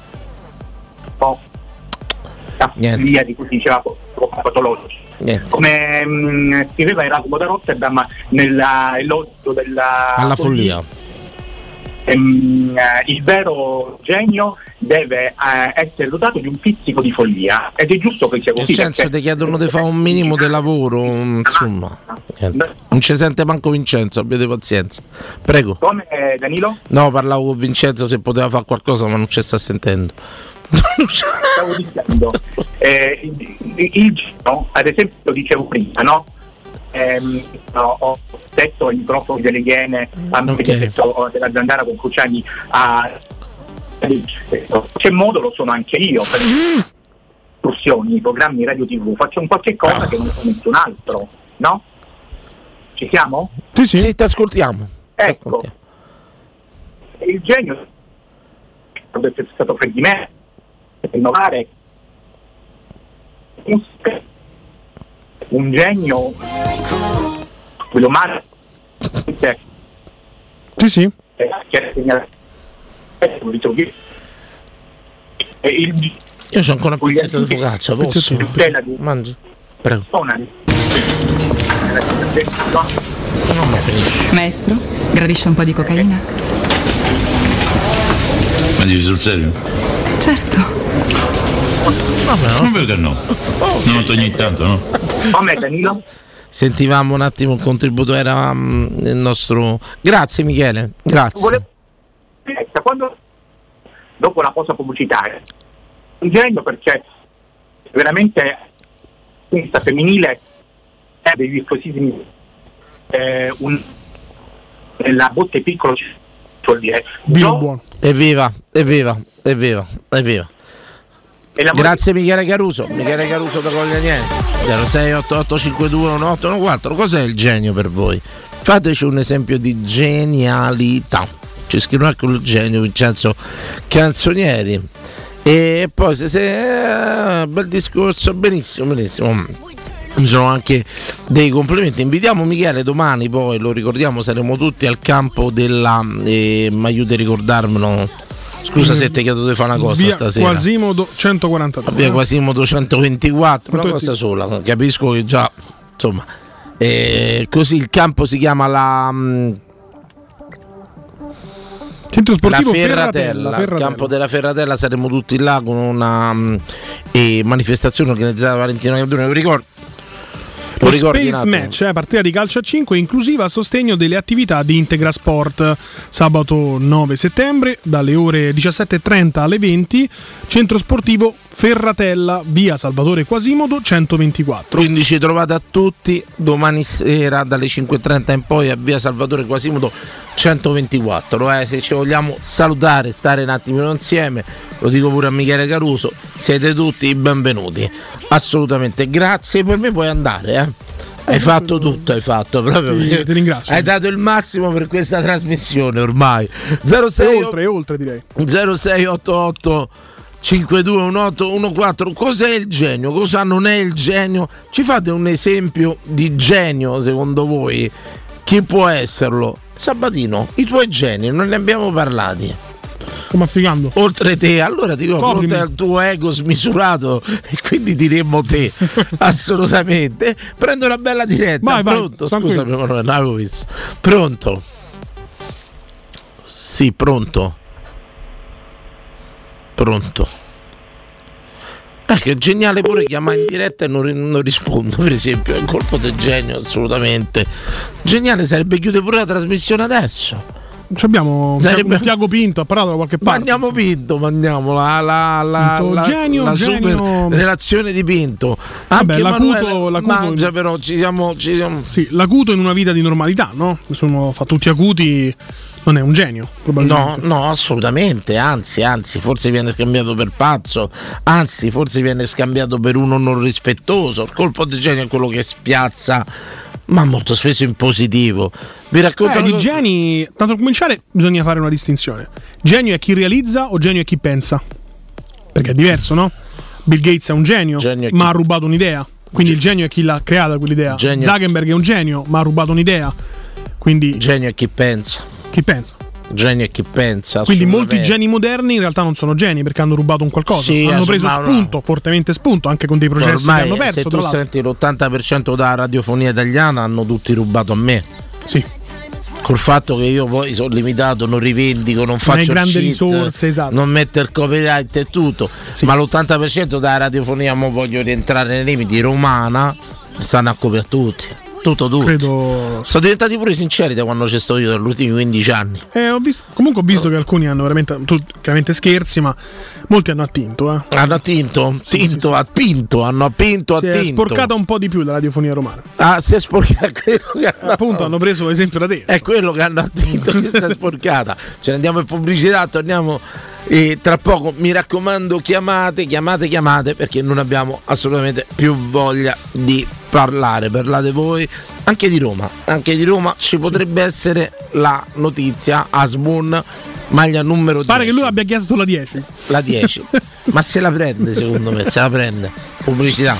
La follia di cui si diceva patologici. Come scriveva Erasmo da Rotterdam nell'elogio alla follia. Il vero genio deve essere dotato di un pizzico di follia ed è giusto che sia così. Nel senso ti chiedono di fare un minimo di lavoro, insomma. Non ci sente manco Vincenzo, abbiate pazienza. Prego. Come Danilo? No, parlavo con Vincenzo se poteva fare qualcosa, ma non ci sta sentendo. Stavo dicendo il genio, ad esempio, dicevo prima, no? ho detto ai microfoni delle Iene, della Zanzara con Cruciani c'è modo, lo sono anche io per i programmi radio TV, faccio un qualche cosa che non fa nessun altro, no? Ci siamo? Sì, ti ascoltiamo. Ecco, il genio è stato Freddie Mercury per innovare, un genio quello male sì io sono ancora un pezzetto di focaccia, posso? Mangi, prego. Non mi finisci. Maestro, gradisce un po' di cocaina? Ma dici sul serio? Certo. Non vedo che no. Non ogni tanto, no? Come Danilo? Sentivamo un attimo il contributo, era il nostro. Grazie Michele, grazie. Quando dopo la pausa pubblicitaria, un genio perché veramente questa femminile è dei vistosissimi nella botte piccolo vuol dire buono. Evviva. Grazie Michele Caruso da Coglianiene 0688521814. Cos'è il genio per voi? Fateci un esempio di genialità. Ci scrivono anche il genio Vincenzo Canzonieri. E poi se bel discorso, benissimo. Ci sono anche dei complimenti. Invitiamo Michele domani, poi lo ricordiamo, saremo tutti al campo della mi aiuti a ricordarmelo. Scusa se ti chiedo di fare una cosa via stasera. Quasimodo 143. Via Quasimodo 124, una cosa sola. Capisco che già, insomma, così il campo si chiama Centro sportivo Ferratella. Il campo della Ferratella, saremo tutti là con una manifestazione organizzata da Valentino Cardone, lo ricordo. Lo Space Match, partita di calcio a 5 inclusiva a sostegno delle attività di Integra Sport. Sabato 9 settembre dalle ore 17:30 alle 20, centro sportivo Ferratella, via Salvatore Quasimodo 124. Quindi ci trovate a tutti domani sera dalle 5:30 in poi a via Salvatore Quasimodo 124. Se ci vogliamo salutare, stare un attimino insieme, lo dico pure a Michele Caruso, siete tutti i benvenuti, assolutamente. Grazie, per me puoi andare, hai fatto tutto, proprio. Ti ringrazio. Hai dato il massimo per questa trasmissione ormai. 06 oltre direi. 0688 521814. Cos'è il genio? Cosa non è il genio? Ci fate un esempio di genio secondo voi? Chi può esserlo? Sabatino, i tuoi geni non ne abbiamo parlati. Masticando. Oltre te, allora dico, fronte al tuo ego smisurato, e quindi diremmo te. Assolutamente. Prendo una bella diretta. Pronto? Scusami, non avevo visto. Pronto? Sì, pronto. Che è geniale pure chiamare in diretta e non rispondo, per esempio, è un colpo del genio, assolutamente. Geniale sarebbe chiudere pure la trasmissione adesso. Abbiamo Tiago Pinto apparato da qualche parte. Mandiamo Pinto, mandiamo la super relazione di Pinto. Anche l'Acuto mangia, però ci siamo. Sì, l'Acuto in una vita di normalità, no? Sono tutti acuti. Non è un genio, probabilmente. No, assolutamente, anzi, forse viene scambiato per pazzo, anzi, forse viene scambiato per uno non rispettoso. Il colpo di genio è quello che spiazza, ma molto spesso in positivo. Vi racconto di geni, tanto per cominciare bisogna fare una distinzione. Genio è chi realizza o genio è chi pensa? Perché è diverso, no? Bill Gates è un genio ma ha rubato un'idea. Quindi il genio è chi l'ha creata quell'idea. Zuckerberg è un genio, ma ha rubato un'idea. Quindi genio è chi pensa. Chi pensa? Genio è chi pensa. Quindi molti geni moderni in realtà non sono geni perché hanno rubato un qualcosa. Sì, hanno preso spunto, fortemente spunto, anche con dei processi ormai, che hanno perso. Se tu senti l'80% della radiofonia italiana hanno tutti rubato a me. Sì. Col fatto che io poi sono limitato, non rivendico, non faccio grandi risorse, esatto. Non metto il copyright e tutto, sì. Ma l'80% della radiofonia, mo voglio rientrare nei limiti, romana, stanno a copiare tutti. Tutto. Credo. Sono diventati pure sinceri da quando c'è sto io, negli ultimi 15 anni. Ho visto che alcuni hanno veramente, chiaramente scherzi, ma molti hanno attinto. Hanno attinto? Hanno appinto. Si è sporcata un po' di più la radiofonia romana. Si è sporcata appunto, hanno preso l'esempio da te. È quello che hanno attinto, che si è sporcata. Ce ne andiamo in pubblicità, torniamo tra poco. Mi raccomando, chiamate perché non abbiamo assolutamente più voglia di parlate voi anche di Roma ci potrebbe essere la notizia Asbun, maglia numero 10. Pare che lui abbia chiesto la 10 ma se la prende, secondo me pubblicità.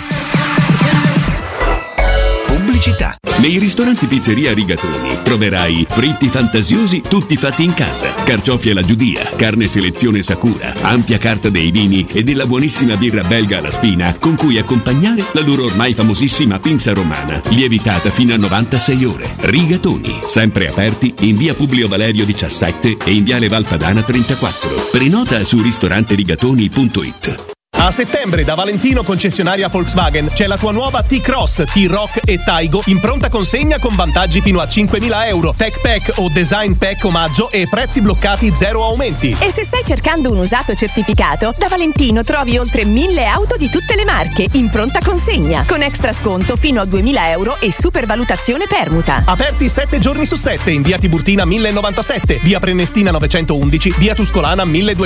Nei ristoranti Pizzeria Rigatoni troverai fritti fantasiosi tutti fatti in casa, carciofi alla giudia, carne selezione Sakura, ampia carta dei vini e della buonissima birra belga alla spina con cui accompagnare la loro ormai famosissima pinza romana, lievitata fino a 96 ore. Rigatoni, sempre aperti in via Publio Valerio 17 e in viale Valpadana 34. Prenota su ristoranterigatoni.it. A settembre da Valentino concessionaria Volkswagen c'è la tua nuova T-Cross, T-Rock e Taigo in pronta consegna con vantaggi fino a 5.000 euro, Tech Pack o Design Pack omaggio e prezzi bloccati 0 aumenti. E se stai cercando un usato certificato, da Valentino trovi oltre 1.000 auto di tutte le marche in pronta consegna con extra sconto fino a 2.000 euro e supervalutazione permuta. Aperti 7 giorni su 7 in via Tiburtina 1097, via Prenestina 911, via Tuscolana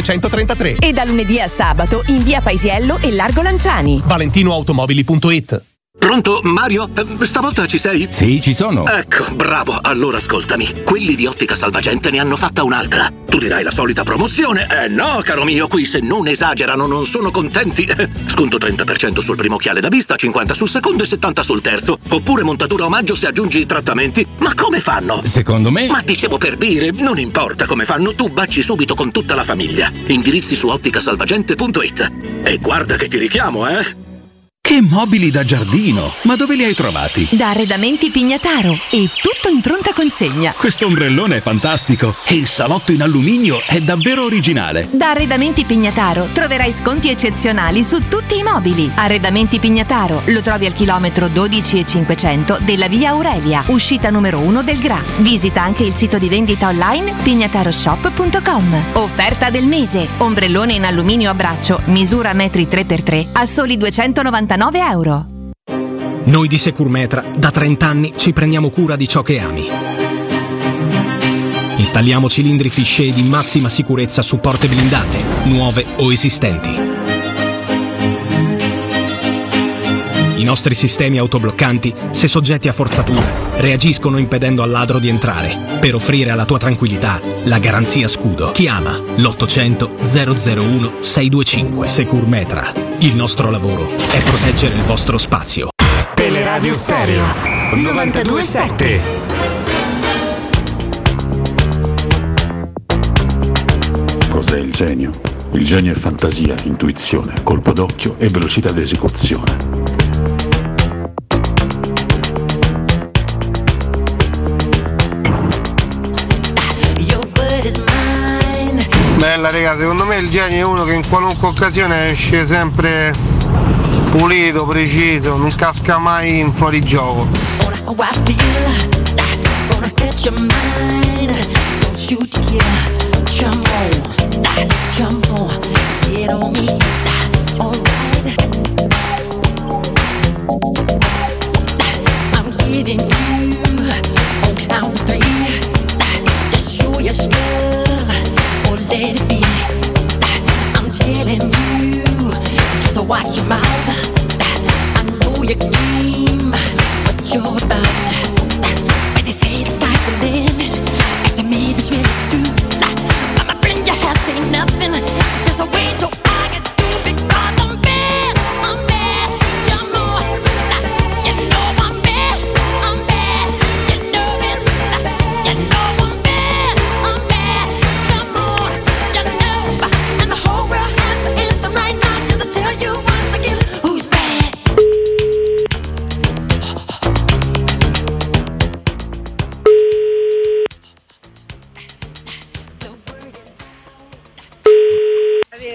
1233 e da lunedì a sabato in via Paesiello e Largo Lanciani. ValentinoAutomobili.it. Pronto, Mario? Stavolta ci sei? Sì, ci sono. Ecco, bravo. Allora ascoltami. Quelli di Ottica Salvagente ne hanno fatta un'altra. Tu dirai la solita promozione. No, caro mio, qui se non esagerano non sono contenti. Sconto 30% sul primo occhiale da vista, 50 sul secondo e 70 sul terzo. Oppure montatura omaggio se aggiungi i trattamenti. Ma come fanno? Secondo me... Ma dicevo per dire, non importa come fanno, tu baci subito con tutta la famiglia. Indirizzi su otticasalvagente.it. E guarda che ti richiamo, Che mobili da giardino! Ma dove li hai trovati? Da Arredamenti Pignataro e tutto in pronta consegna. Questo ombrellone è fantastico e il salotto in alluminio è davvero originale. Da Arredamenti Pignataro troverai sconti eccezionali su tutti i mobili. Arredamenti Pignataro lo trovi al chilometro 12,500 della via Aurelia, uscita numero 1 del GRA. Visita anche il sito di vendita online pignataroshop.com. Offerta del mese: ombrellone in alluminio a braccio, misura metri 3x3 a soli 299 euro. Noi di Securmetra da 30 anni ci prendiamo cura di ciò che ami. Installiamo cilindri Fichet di massima sicurezza su porte blindate, nuove o esistenti. I nostri sistemi autobloccanti, se soggetti a forzatura, reagiscono impedendo al ladro di entrare, per offrire alla tua tranquillità la garanzia scudo. Chiama l'800 001 625. Securmetra. Il nostro lavoro è proteggere il vostro spazio. Teleradio Stereo 92.7. Cos'è il genio? Il genio è fantasia, intuizione, colpo d'occhio e velocità d'esecuzione. Bella raga, secondo me il genio è uno che in qualunque occasione esce sempre pulito, preciso, non casca mai in fuorigioco. Let it be. I'm telling you, just watch your mouth. I know your game, what you're about. When they say the sky's the limit, and to me this really true. My friend, you have seen nothing. There's a way to I can do because I'm bad. I'm bad. You know, you know I'm bad. I'm bad. You know it. You know I'm bad. I'm bad. Come on. You know, and the whole world has to answer right now just to tell you once again who's bad.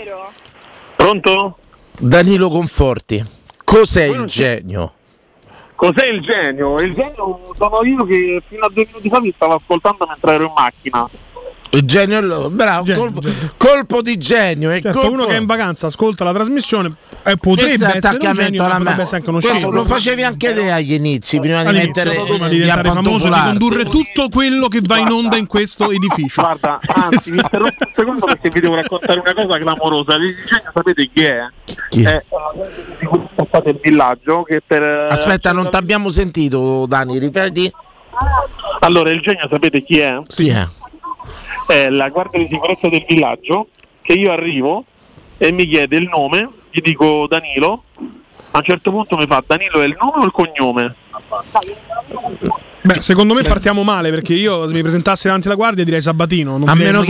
Pronto? Danilo Conforti, cos'è il genio? Cos'è il genio? Il genio sono io che fino a 2 minuti fa mi stavo ascoltando mentre ero in macchina. Il genio, bravo, colpo di genio. Certo, uno che è in vacanza ascolta la trasmissione potrebbe essere attaccamento alla mano. Questo lo facevi anche te agli inizi, prima di mettere di famoso, di condurre tutto quello che va in onda in questo edificio. Guarda, anzi, mi interrompo un secondo perché vi devo raccontare una cosa clamorosa. Il genio sapete chi è? Chi? È di cui passate il villaggio che per aspetta, non ti abbiamo sentito, Dani, ripeti. Allora, il genio sapete chi è? Chi è? È la guardia di sicurezza del villaggio, che io arrivo e mi chiede il nome, gli dico Danilo, a un certo punto mi fa: Danilo è il nome o il cognome? Beh, secondo me partiamo male, perché io se mi presentassi davanti alla guardia direi Sabatino, non a meno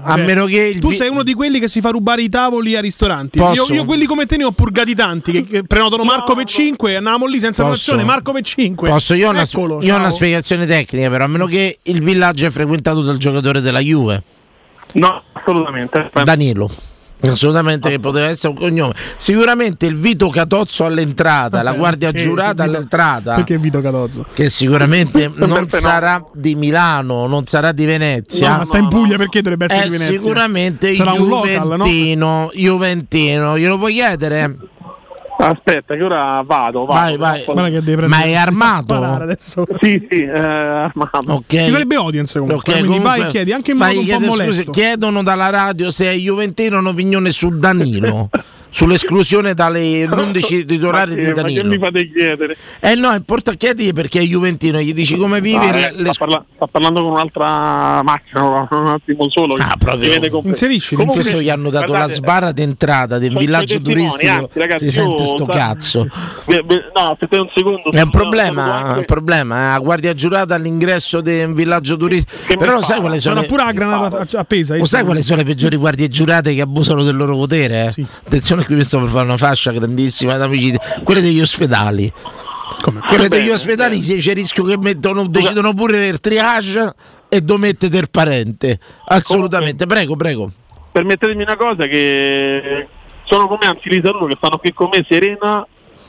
che tu sei uno di quelli che si fa rubare i tavoli a ristoranti. Io quelli come te ne ho purgati tanti che prenotano Marco per 5 e andavamo lì senza nozione, Marco per 5. Posso? Io ho una spiegazione tecnica, però a meno che il villaggio è frequentato dal giocatore della Juve. No, assolutamente. Danilo. Assolutamente, che poteva essere un cognome. Sicuramente il Vito Catozzo all'entrata, la guardia giurata all'entrata. Perché Vito Catozzo? Che sicuramente non sarà di Milano, non sarà di Venezia. No, ma sta in Puglia, perché dovrebbe essere di Venezia? Sicuramente sarà Juventino, un local, no? Juventino, glielo puoi chiedere? Aspetta, che ora vado. Vai. Ma è armato? Sì, armato. Okay. Ci sarebbe audience comunque. Okay, comunque vai e chiedi anche in modo un po' molesto. Scusi, chiedono dalla radio se è Juventino un'opinione su Danilo. Sull'esclusione dalle 11 titolari di Danilo. Ma che mi fate chiedere? No, importa chiedi perché è Juventino, gli dici come vive. Sta parlando con un'altra macchina, un attimo solo. Proprio. Inserisci. Comunque gli hanno dato la sbarra d'entrata del villaggio turistico. Anzi, ragazzi, si sente sto cazzo. No, aspetta un secondo. È un problema, guardia giurata all'ingresso del villaggio turistico. Però lo sai quali sono? Pure la granata appesa. Lo sai quali sono le peggiori guardie giurate che abusano del loro potere? Sì. Attenzione, qui mi sto per fare una fascia grandissima d'amicizia. Quelle degli ospedali. Quelle degli ospedali c'è rischio che decidono pure del triage e domettete il parente. Assolutamente. Prego. Permettetemi una cosa, che sono come anzi li saluto, che stanno qui con me, Serena.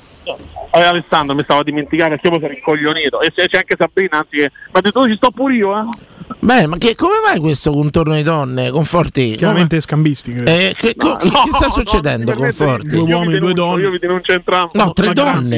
Alessandro, mi stavo a dimenticare perché poi sono incoglionito. E c'è anche Sabrina, anzi, che mi ha detto ci sto pure io, Beh, ma come vai questo contorno di donne? Conforti? Chiaramente scambisti, credo. Che sta succedendo, Conforti? 2 uomini, 2 donne. Io vi denuncio entrambi. No, 3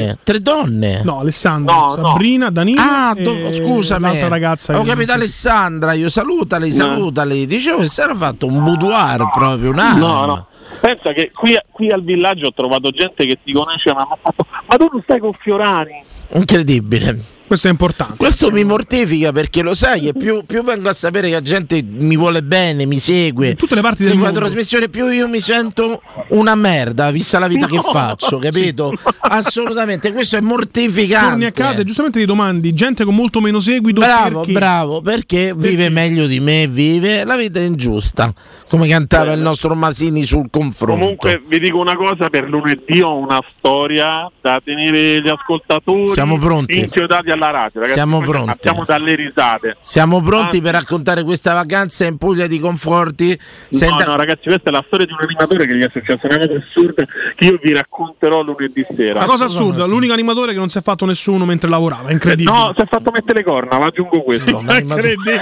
donne. No, Alessandro, Sabrina, Danilo. Scusami. L'altra ragazza. Ho capito, Alessandra, io salutali. Dicevo che si era fatto un boudoir proprio, No. Pensa che qui al villaggio ho trovato gente che ti conosce, ma tu non stai con Fiorani? Incredibile. Questo è importante. Questo mi mortifica, perché lo sai, e più vengo a sapere che la gente mi vuole bene, mi segue in tutte le parti del mondo, la trasmissione, più io mi sento una merda vista la vita che faccio, capito? Assolutamente, questo è mortificante. Torni a casa e giustamente ti domandi, gente con molto meno seguito, bravo, perché vive meglio di me, vive la vita ingiusta, come cantava il nostro Masini sul confronto. Comunque vi dico una cosa, per lunedì ho una storia da tenere gli ascoltatori. Siamo pronti, inchiodati alla radio, ragazzi. Siamo pronti. Partiamo dalle risate. Siamo pronti per raccontare questa vacanza in Puglia di Conforti. No, ragazzi, questa è la storia di un animatore che gli è successo una cosa assurda che io vi racconterò lunedì sera. Una cosa assurda, l'unico animatore che non si è fatto nessuno mentre lavorava, incredibile. No, si è fatto mettere le corna, ma aggiungo questo. Incredibile.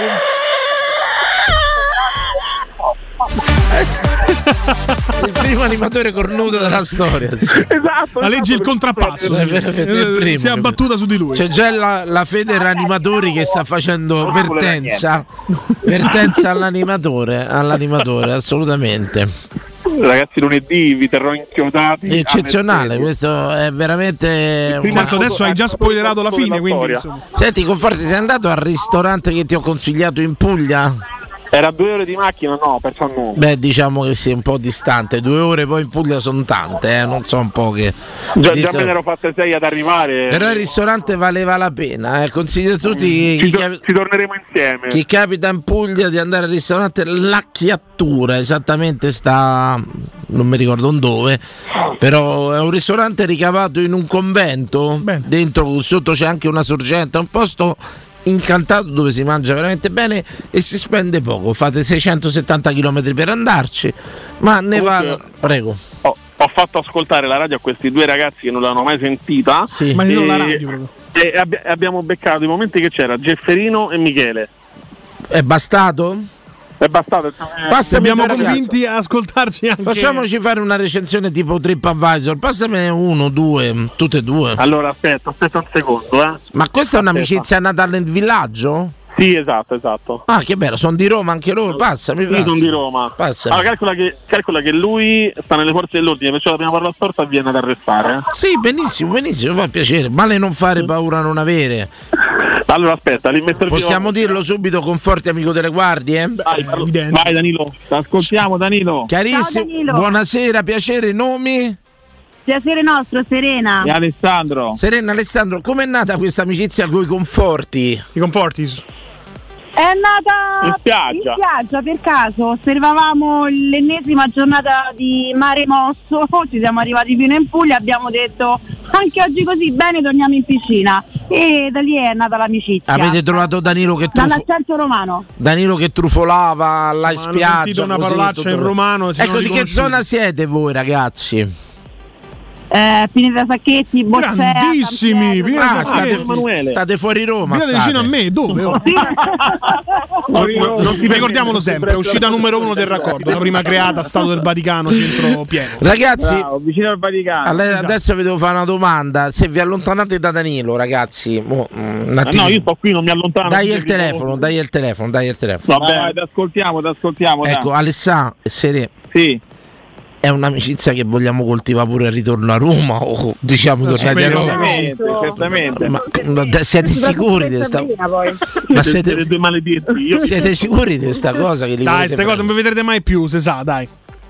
Il primo animatore cornuto della storia. Esatto. La legge il contrappasso. Si è abbattuta su di lui. C'è già la Feder Animatori che sta facendo vertenza all'animatore, assolutamente. Ragazzi, lunedì vi terrò inchiodati. È eccezionale, questo è veramente. Certo, adesso hai già spoilerato la fine, quindi. Senti, Conforti, sei andato al ristorante che ti ho consigliato in Puglia? Era 2 ore di macchina, no, perciò no. Beh, diciamo che sia un po' distante. 2 ore poi in Puglia sono tante, non so un po' che. Già me ne ero fatte 6 ad arrivare. Però il ristorante valeva la pena, consiglio a tutti. Ci torneremo insieme. Chi capita in Puglia di andare al ristorante La Chiattura, esattamente sta. Non mi ricordo dove, però è un ristorante ricavato in un convento. Dentro, sotto c'è anche una sorgente, un posto incantato dove si mangia veramente bene e si spende poco. Fate 670 km per andarci, ma ne vale. Prego. Ho fatto ascoltare la radio a questi 2 ragazzi che non l'hanno mai sentita. Sì. Ma non la radio. E abbiamo beccato i momenti che c'era Gefferino e Michele. È bastato? È bastato. Abbiamo convinti a ascoltarci anche. Facciamoci fare una recensione tipo TripAdvisor. Passamene 1, 2, tutte e due. Allora aspetta un secondo. Ma questa è un'amicizia nata nel villaggio? Sì, esatto. Ah, che bello, sono di Roma anche loro. Passami. Sì, sono di Roma. Passami. Allora, calcola che lui sta nelle forze dell'ordine, perciò la prima parola storta viene ad arrestare. Sì, benissimo, fa piacere. Male non fare, paura non avere. Allora aspetta, possiamo dirlo subito, Conforti amico delle guardie? Vai Danilo, ti ascoltiamo Danilo. Chiarissimo. Ciao, Danilo. Buonasera, piacere, nomi? Piacere nostro, Serena. E Alessandro. Serena, Alessandro, com'è nata questa amicizia con i Conforti? I Confortis? È nata in spiaggia per caso, osservavamo l'ennesima giornata di mare mosso, ci siamo arrivati fino in Puglia, abbiamo detto anche oggi così bene torniamo in piscina e da lì è nata l'amicizia. Avete trovato Danilo che dall'accento romano. Danilo che trufolava alla spiaggia. Hanno sentito una parolaccia in romano. Ecco, di che zona siete voi ragazzi? Pineta Sacchetti, Borsea, grandissimi, state fuori Roma, state vicino a me, dove? Ricordiamolo sempre, è uscita numero 1 del raccordo, la prima creata a Stato del Vaticano, centro pieno. Ragazzi, bravo, vicino al Vaticano. Adesso vi devo fare una domanda, se vi allontanate da Danilo, ragazzi, un attimo. No, io sto qui, non mi allontano. Dai il telefono. Vabbè, ti ascoltiamo. Ecco, Alessà e Sere. Sì. È un'amicizia che vogliamo coltivare pure al ritorno a Roma o diciamo tornati a Roma? Certamente. Ma siete sicuri di questa Ma siete due maledetti. Siete sicuri di questa cosa? Che dai, queste cose non vi vedrete mai più, se sa, dai.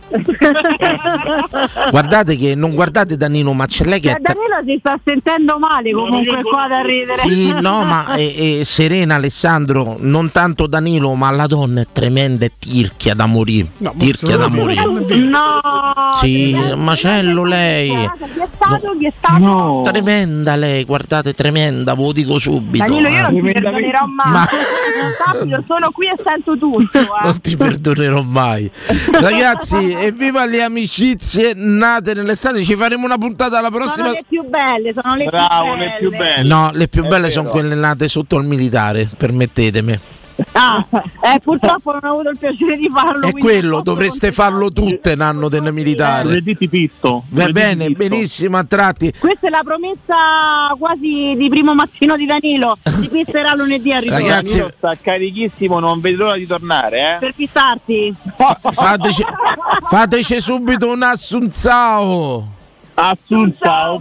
Guardate che non guardate Danilo, ma c'è lei che Danilo si sta sentendo male comunque qua da ridere. Sì, no, ma Serena, Alessandro, non tanto Danilo, ma la donna è tremenda e tirchia da morire. Tirchia da morire. No. Sì, macello lei. Chi è stato? No. Tremenda lei, guardate, tremenda, ve lo dico subito. Danilo, io non ti perdonerò mai. Sono qui e sento tutto. Non ti perdonerò mai. Ragazzi, evviva le amicizie nate nell'estate. Ci faremo una puntata alla prossima. Sono le più belle, le più belle. No, le più belle sono quelle nate sotto il militare, permettetemi. Purtroppo non ho avuto il piacere di farlo. È quello, dovreste farlo tutte l'anno del militare. Va bene, benissimo, a tratti. Questa è la promessa quasi di primo mattino di Danilo. Si pisserà lunedì a ritorno. Ragazzi, Danilo sta carichissimo, non vedo l'ora di tornare, per pissarti. Fateci subito un assunzao. Assunzao,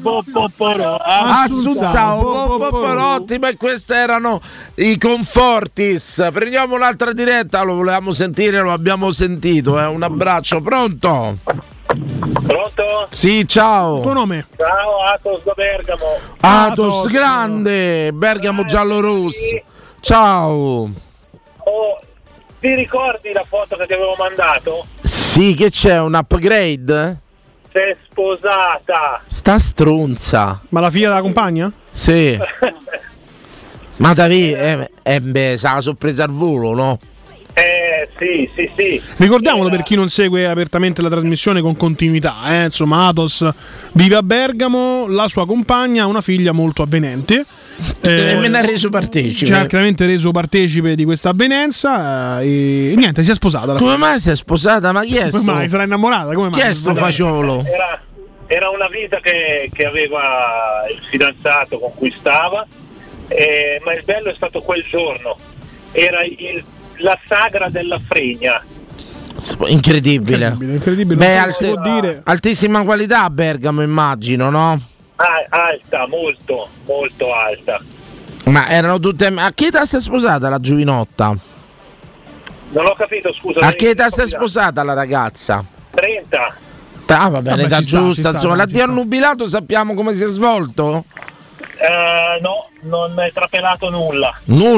ottimo, e questi erano i Confortis. Prendiamo un'altra diretta, lo volevamo sentire, lo abbiamo sentito, un abbraccio, pronto? Pronto? Sì, ciao. Tuo nome? Ciao, Atos da Bergamo. Atos grande, Bergamo giallo-rosso. Ciao. Ti ricordi la foto che ti avevo mandato? Sì, che c'è, un upgrade? Sei sposata. Sta stronza. Ma la figlia della compagna? Sì. Ma Davide, sarà sorpresa al volo, no? Sì. Ricordiamolo per chi non segue apertamente la trasmissione con continuità, insomma, Atos vive a Bergamo, la sua compagna ha una figlia molto avvenente. E me ne ha reso partecipe. Ci ha chiaramente reso partecipe di questa avvenenza e niente, si è sposata. Come mai si è sposata? Ma chi è sto? Come mai? Sarà innamorata? Come mai? Chi è sto fagiolo? Era una vita che aveva il fidanzato con cui stava, ma il bello è stato quel giorno. Era la sagra della fregna. Incredibile. Beh, può dire. Altissima qualità a Bergamo, immagino, no? Alta, molto alta. Ma erano tutte. A che età si è sposata la giovinotta? Non ho capito, scusa. A che età si è sposata la ragazza? 30. Va bene, età giusta. Insomma, l'addio al nubilato sappiamo come si è svolto? No, non è trapelato nulla.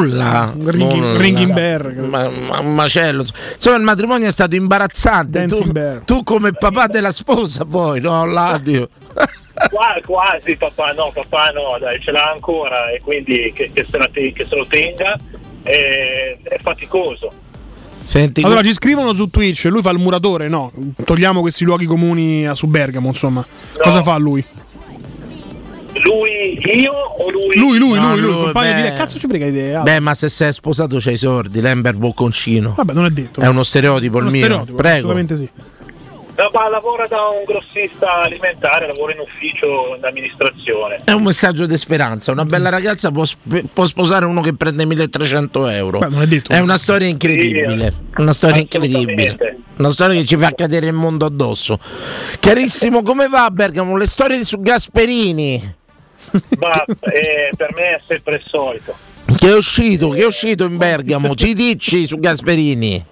Ringingberg. Un macello. Insomma, il matrimonio è stato imbarazzante. Tu come papà della sposa, poi, no? L'addio. Quasi papà no, dai, ce l'ha ancora e quindi che se lo tenga, è faticoso. Senti, allora ci scrivono su Twitch, lui fa il muratore, no? Togliamo questi luoghi comuni su Bergamo, insomma. No. Cosa fa lui? Io o lui? Lui, beh. compagno di lei. Cazzo ci frega idea. Beh, ma se sei sposato c'hai i sordi, Lember Bocconcino. Vabbè, non è detto. È uno stereotipo il mio. Stereotipo, Prego. assolutamente sì. No, ma lavora da un grossista alimentare, lavora in ufficio in amministrazione. È un messaggio di speranza. Una bella ragazza può sposare uno che prende 1.300 euro. Beh, non è detto. È una storia incredibile. Una storia incredibile. Una storia che ci fa cadere il mondo addosso. Carissimo, come va a Bergamo? Le storie su Gasperini. Ma per me è sempre il solito. Che è uscito in Bergamo? Ci dici su Gasperini?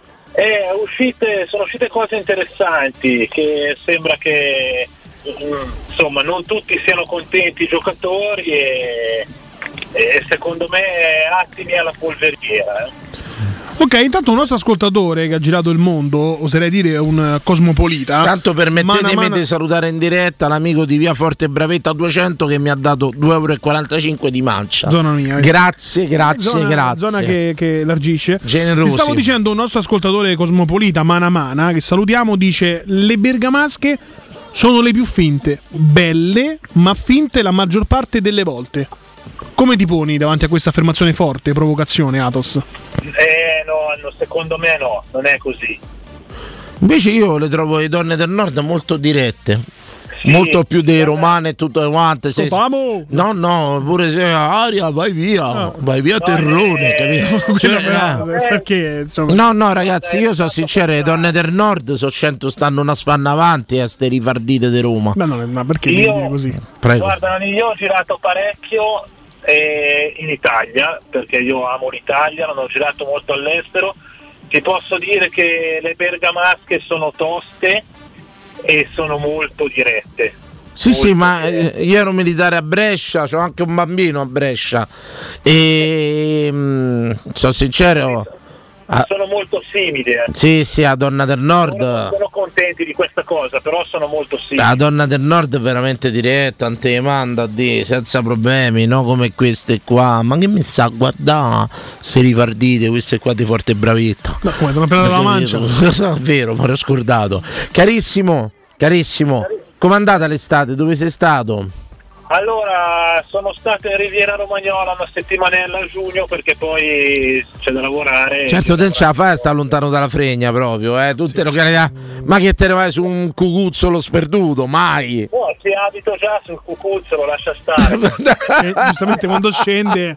Sono uscite cose interessanti, che sembra che insomma non tutti siano contenti i giocatori e secondo me attimi alla polveriera. Ok, intanto un nostro ascoltatore che ha girato il mondo, oserei dire un cosmopolita. Tanto permettetemi di salutare in diretta l'amico di Via Forte Bravetta 200 che mi ha dato 2,45 euro di mancia. Zona mia. Grazie. Zona che elargisce. Generosi. Ti stavo dicendo un nostro ascoltatore cosmopolita, Mana, che salutiamo, dice: le bergamasche sono le più finte, belle, ma finte la maggior parte delle volte. Come ti poni davanti a questa affermazione forte, provocazione, Atos? No, secondo me no, non è così. Invece io le trovo le donne del nord molto dirette. Sì, molto più dei romane e tutto quante. No, pure se aria, vai via terrone, capito? Perché insomma... No, ragazzi, io sono sincero, le donne del nord stanno una spanna avanti a ste rifardite di Roma. Ma perché devi dire così? Prego. Guarda, io ho girato parecchio in Italia, perché io amo l'Italia, non ho girato molto all'estero. Ti posso dire che le bergamasche sono toste e sono molto dirette. Sì, ma io ero militare a Brescia, c'ho anche un bambino a Brescia e sono sincero, sono molto simili. Sì, la donna del nord. Non sono contenti di questa cosa, però sono molto simili. La donna del nord è veramente diretta, non te manda senza problemi, no come queste qua. Ma che mi sa guardare se rifardite queste qua di Forte Bravetta? No, come non appena la mancia. È vero, mi ero scordato. Carissimo, com'è andata l'estate? Dove sei stato? Allora, sono stato in Riviera Romagnola una settimanella a giugno perché poi c'è da lavorare. Certo, te ce la fai, sta lontano dalla fregna proprio, tutte località. Ma che te ne vai su un cucuzzolo sperduto? Mai! No, ci abito già sul cucuzzolo, lascia stare. Giustamente quando scende,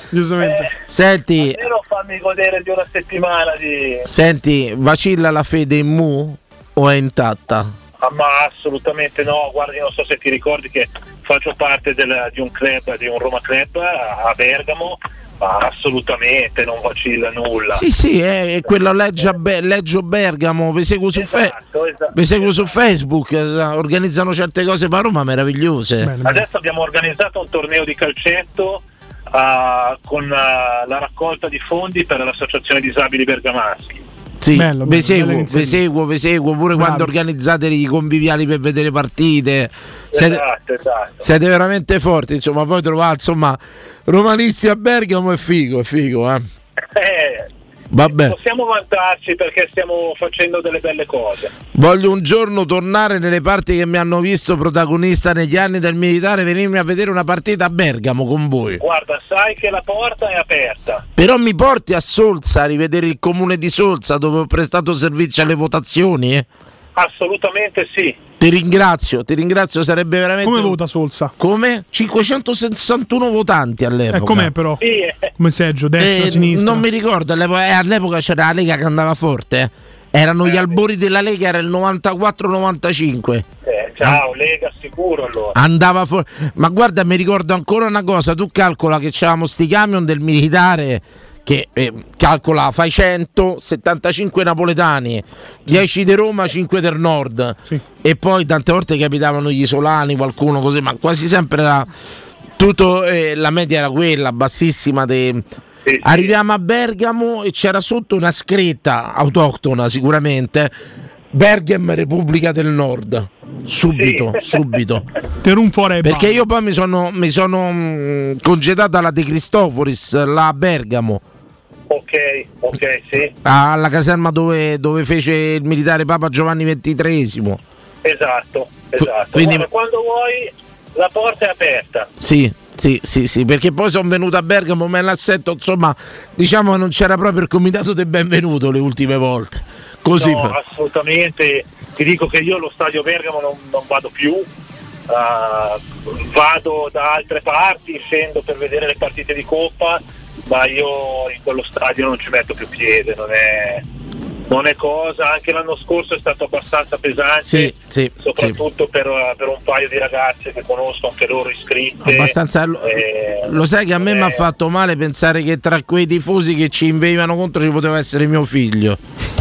Senti, almeno fammi godere di una settimana di. Senti, vacilla la fede in Mu o è intatta? Ma assolutamente no, guardi, non so se ti ricordi che faccio parte di un club, di un Roma Club a Bergamo, ma assolutamente non vacilla nulla. Sì, è quello Leggio Bergamo, vi seguo su vi seguo su Facebook, organizzano certe cose per Roma meravigliose. Adesso abbiamo organizzato un torneo di calcetto con la raccolta di fondi per l'Associazione Disabili Bergamaschi. Sì, vi seguo pure quando organizzate i conviviali per vedere partite. Esatto. Siete veramente forti, insomma, poi trovate, insomma, romanisti a Bergamo è figo, Vabbè. Possiamo vantarci perché stiamo facendo delle belle cose. Voglio un giorno tornare nelle parti che mi hanno visto protagonista negli anni del militare, venirmi a vedere una partita a Bergamo con voi. Guarda, sai che la porta è aperta. Però mi porti a Solza a rivedere il comune di Solza dove ho prestato servizio alle votazioni? Assolutamente sì. Ti ringrazio, sarebbe veramente. Come vota Solza? Come? 561 votanti all'epoca. Com'è però? Sì. Come seggio, destra, sinistra? Non mi ricordo, all'epoca c'era la Lega che andava forte. Erano gli albori della Lega, era il 94-95. Ciao, Lega sicuro allora. Andava forte. Ma guarda, mi ricordo ancora una cosa, tu calcola che c'avevamo sti camion del militare che calcola, fai 100, 75 napoletani, 10 di Roma, 5 del nord, e poi tante volte capitavano gli isolani, qualcuno così, ma quasi sempre era tutto, la media era quella, bassissima. Arriviamo a Bergamo e c'era sotto una scritta autoctona sicuramente, Bergamo Repubblica del Nord. Subito. Per un fuori. Perché io poi mi sono congedato alla De Cristoforis là a Bergamo. Ok, sì. Alla caserma dove fece il militare Papa Giovanni XXIII. Esatto. Quindi, guarda, quando vuoi la porta è aperta. Sì, perché poi sono venuto a Bergamo, me l'assetto, insomma, diciamo che non c'era proprio il comitato del benvenuto le ultime volte. Così No, assolutamente. Ti dico che io allo stadio Bergamo non vado più, vado da altre parti, scendo per vedere le partite di Coppa, ma io in quello stadio non ci metto più piede, non è cosa. Anche l'anno scorso è stato abbastanza pesante, soprattutto per un paio di ragazze che conosco, anche loro iscritte. Abbastanza. Lo sai che a me mi ha fatto male pensare che tra quei tifosi che ci inveivano contro ci poteva essere mio figlio.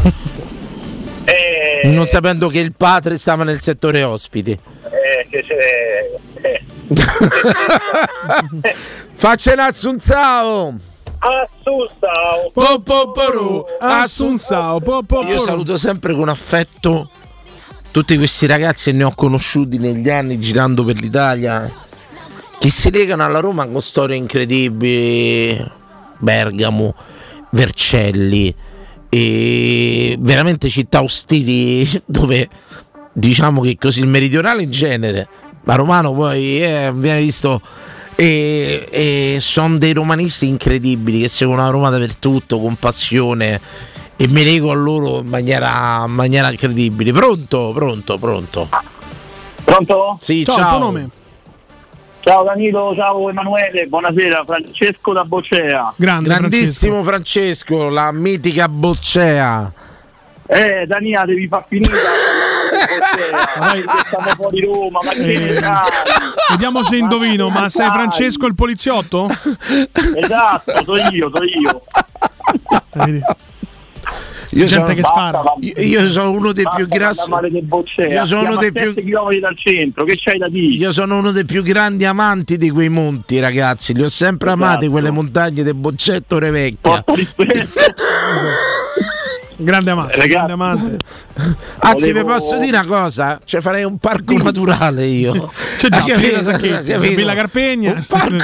Non sapendo che il padre stava nel settore ospiti. Faccia l'Assunzao. Assunzao. Io saluto sempre con affetto tutti questi ragazzi che ne ho conosciuti negli anni girando per l'Italia, che si legano alla Roma con storie incredibili. Bergamo, Vercelli, e veramente città ostili, dove diciamo che così il meridionale in genere, ma romano poi viene visto, e sono dei romanisti incredibili che seguono la Roma dappertutto con passione, e mi lego a loro in maniera incredibile. Pronto? Sì, ciao. Tuo nome? Ciao Danilo, ciao Emanuele, buonasera. Francesco da Boccea. Grandissimo Francesco, la mitica Boccea. Dania, devi far finire. Stiamo fuori Roma, ma che vediamo se indovino, ma sei Francesco il poliziotto? Esatto, so io. Io gente sono, che spara. Io sono uno dei più grassi. Io sono uno dei più chilometri dal centro. Che c'hai da dire? Io sono uno dei più grandi amanti di quei monti, ragazzi. Li ho sempre amati, quelle montagne del Boccetto Revecchia. Grande amante. Anzi, vi posso dire una cosa? Cioè, farei un parco naturale io. C'è già Villa Carpegna,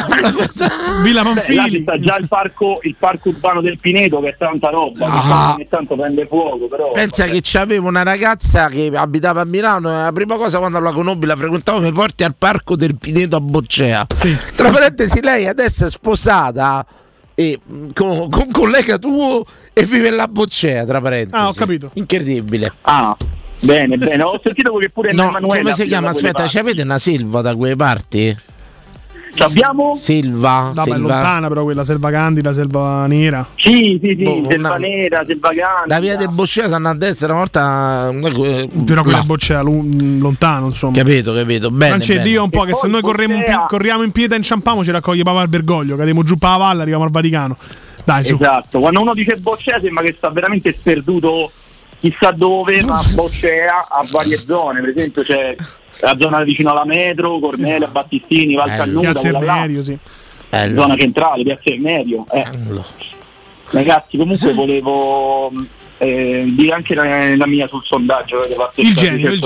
Villa Manfili. Sta già il parco urbano del Pineto, che è tanta roba. Ogni tanto prende fuoco, però. Pensa che c'avevo una ragazza che abitava a Milano, e la prima cosa quando la conobbi, la frequentavo, mi porti al parco del Pineto a Boccea. Tra parentesi, lei adesso è sposata e con collega tuo e vive in la Boccea, tra parentesi. Ho capito. Incredibile. Bene, ho sentito che pure Emanuele. Come si chiama? Aspetta, avete una Silva da quelle parti? Abbiamo Silva. No, è lontana però quella, Selva Candida, Selva Nera. Sì, Selva Nera, Selva Candida. Da via del Boccea stanno a destra una volta. Però quella Boccea lontano, insomma. Capito. Bene. Francesco, Dio un po' che se noi corriamo in piedi e inciampiamo ci raccoglie Papa al Bergoglio, cadiamo giù per la valle, arriviamo al Vaticano. Dai, su. Esatto, quando uno dice Boccea sembra che sta veramente sperduto chissà dove, ma Boccea ha varie zone, per esempio c'è la zona vicino alla metro, Cornelia, Battistini, Val Cannuta, Piazza Ermerio, sì. Zona centrale, Piazza Ermerio. Ragazzi, comunque volevo dire anche la mia sul sondaggio che avete fatto. Il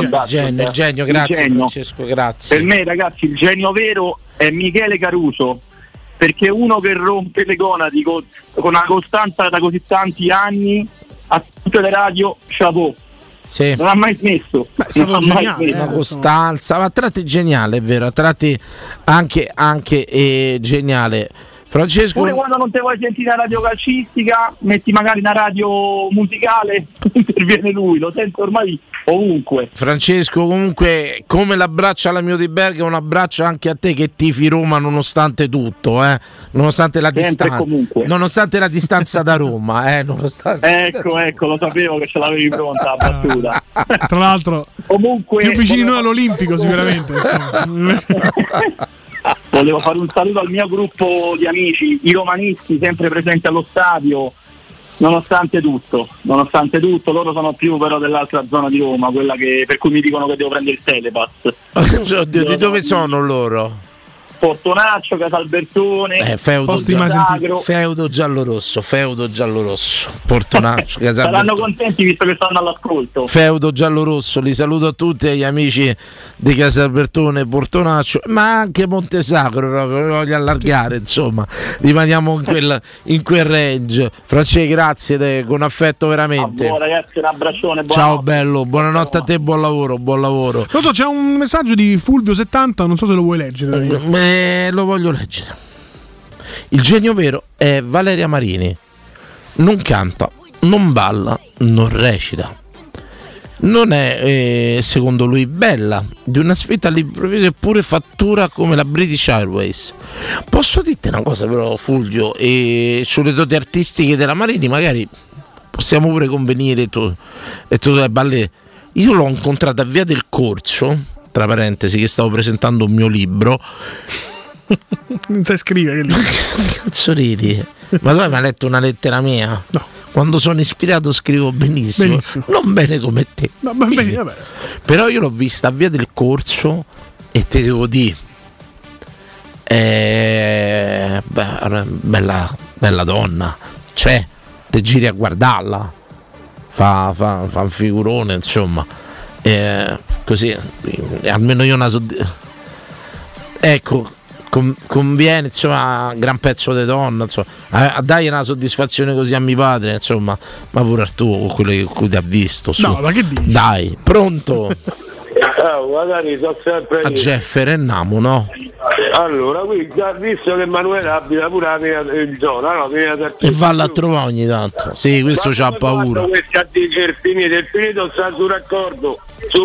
genio, grazie Francesco, grazie. Per me, ragazzi, il genio vero è Michele Caruso, perché uno che rompe le gonadi con una costanza da così tanti anni a tutte le radio, chapeau. Sì. Non ha mai smesso. Una costanza, ma a tratti geniale, è vero, a tratti anche geniale. Francesco, pure quando non te vuoi sentire la radio calcistica, metti magari una radio musicale, interviene lui, lo sento ormai ovunque. Francesco, comunque, come l'abbraccio all'amico di Bergamo, un abbraccio anche a te che tifi Roma nonostante tutto, nonostante la distanza, nonostante la distanza da Roma, nonostante... Ecco, lo sapevo che ce l'avevi pronta la battuta. Tra l'altro, comunque, più vicini noi all'Olimpico sicuramente. Volevo fare un saluto al mio gruppo di amici, i romanisti, sempre presenti allo stadio, nonostante tutto, loro sono più però dell'altra zona di Roma, quella per cui mi dicono che devo prendere il telepass. Di dove sono loro? Portonaccio, Casalbertone, feudo giallorosso, Portonaccio, Casalbertone. Saranno contenti visto che stanno all'ascolto. Feudo giallorosso, li saluto a tutti, agli amici di Casalbertone, Portonaccio, ma anche Montesacro, proprio, voglio allargare, insomma, rimaniamo in quel range. Francesco, grazie, con affetto veramente. A voi ragazzi, un abbraccione, ciao bello, buonanotte a te, buon lavoro. Non so, c'è un messaggio di Fulvio70, non so se lo vuoi leggere. Lo voglio leggere. Il genio vero è Valeria Marini. Non canta, non balla, non recita. Non è, secondo lui, bella, di una spinta all'improvviso eppure fattura come la British Airways. Posso dirti una cosa però, Fulvio, sulle doti artistiche della Marini magari possiamo pure convenire tu dai balli. Io l'ho incontrata a Via del Corso, tra parentesi, che stavo presentando un mio libro. Non sai scrivere, che cazzo ridi? Ma tu hai mai letto una lettera mia? No. Quando sono ispirato scrivo benissimo. Non bene come te. No, bene, vabbè. Però io l'ho vista a Via del Corso e ti devo dire bella donna, cioè te giri a guardarla, fa un figurone, insomma, così almeno io ecco, conviene, insomma, gran pezzo di donna, insomma, a dai una soddisfazione così a mio padre, insomma, ma pure a tu, quello che ti ha visto, su. No, ma che dici? Dai, pronto? Magari sono sempre a Jeffer e Namo, no? Allora, qui già visto che Emanuele abita pure in zona, no? E valla a trovare ogni tanto. Sì, questo c'ha paura. Il Pineto sta su raccordo,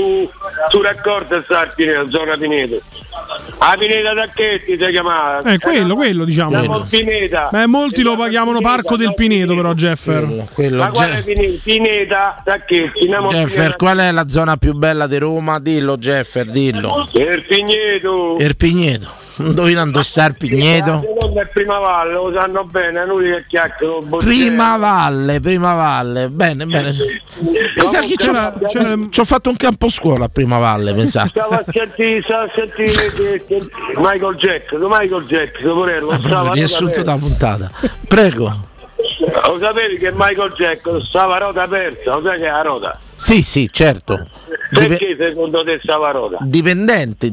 su raccordo sta il Pineto, zona Pineto. A Pineta Tacchetti si chiamava. Quello diciamo. Molti lo chiamano Parco del Pineto, però Jeffer. Ma quale Pineta Tacchetti? Jeffer, qual è la zona più bella di Roma? Dillo Jeffer, dillo. Erpigneto. Dove andò sta il Pigneto? Secondo è Prima Valle, lo sanno bene, noi che chiacchiero. Prima Valle, bene. Pensa che ci ho fatto un campo scuola a Prima Valle, pensate. Stavo a sentire Michael Jackson, pure lo stava riassunto da puntata. Prego. Lo sapevi che Michael Jackson stava a rota persa, lo sai che è la rota? Sì, certo. Perché secondo te stava a rota? Dipendente.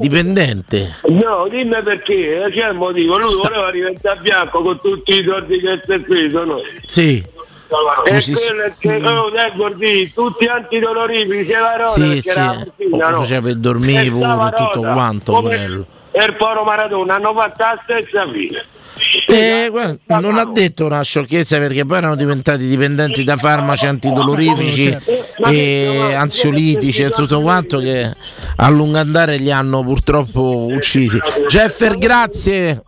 No, dimmi perché, c'è il motivo. Lui voleva diventare bianco con tutti i soldi che si è preso, no? Sì. E quello è che devo dire, tutti antidolorifici la rota, lo faceva per dormire pure, tutto quanto, purello. E il povero Maradona hanno fatto la stessa fine. Guarda, non ha detto una sciocchezza, perché poi erano diventati dipendenti da farmaci antidolorifici e ansiolitici e tutto quanto, che a lungo andare li hanno purtroppo uccisi. Jeffer, grazie.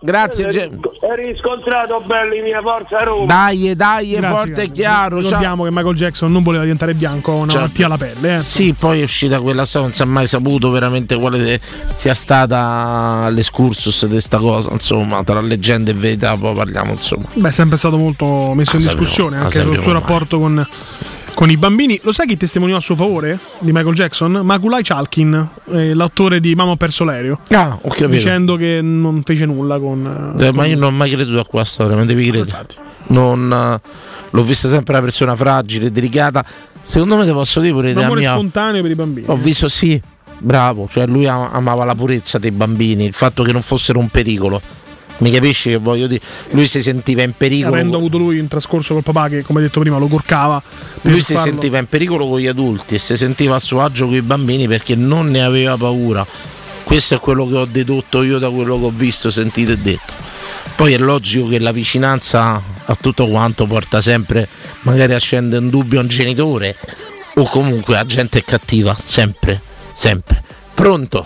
Hai riscontrato belli mia forza Roma. Dai, grazie, forte e chiaro. Ricordiamo che Michael Jackson non voleva diventare bianco, una malattia alla pelle. Sì, poi è uscita quella storia, non si è mai saputo veramente quale sia stata l'escursus di sta cosa, insomma, tra leggende e verità poi parliamo, insomma. È sempre stato molto messo in discussione anche il suo rapporto con i bambini. Lo sai chi testimoniò a suo favore di Michael Jackson? Macaulay Culkin, l'autore di Mamma ho perso l'aereo. Ho capito. Dicendo che non fece nulla con ma io non ho mai creduto a questa storia, ma devi credere. L'ho vista sempre una persona fragile, delicata. Secondo me te posso dire pure un amore spontaneo per i bambini. Ho visto, sì, bravo, cioè lui amava la purezza dei bambini, il fatto che non fossero un pericolo. Mi capisci che voglio dire? Lui si sentiva in pericolo. Avendo avuto lui un trascorso col papà che, come detto prima, lo corcava. Lui si sentiva in pericolo con gli adulti e si sentiva a suo agio con i bambini perché non ne aveva paura. Questo è quello che ho dedotto io da quello che ho visto, sentito e detto. Poi è logico che la vicinanza a tutto quanto porta sempre magari a scendere in dubbio un genitore o comunque la gente è cattiva, sempre. Pronto?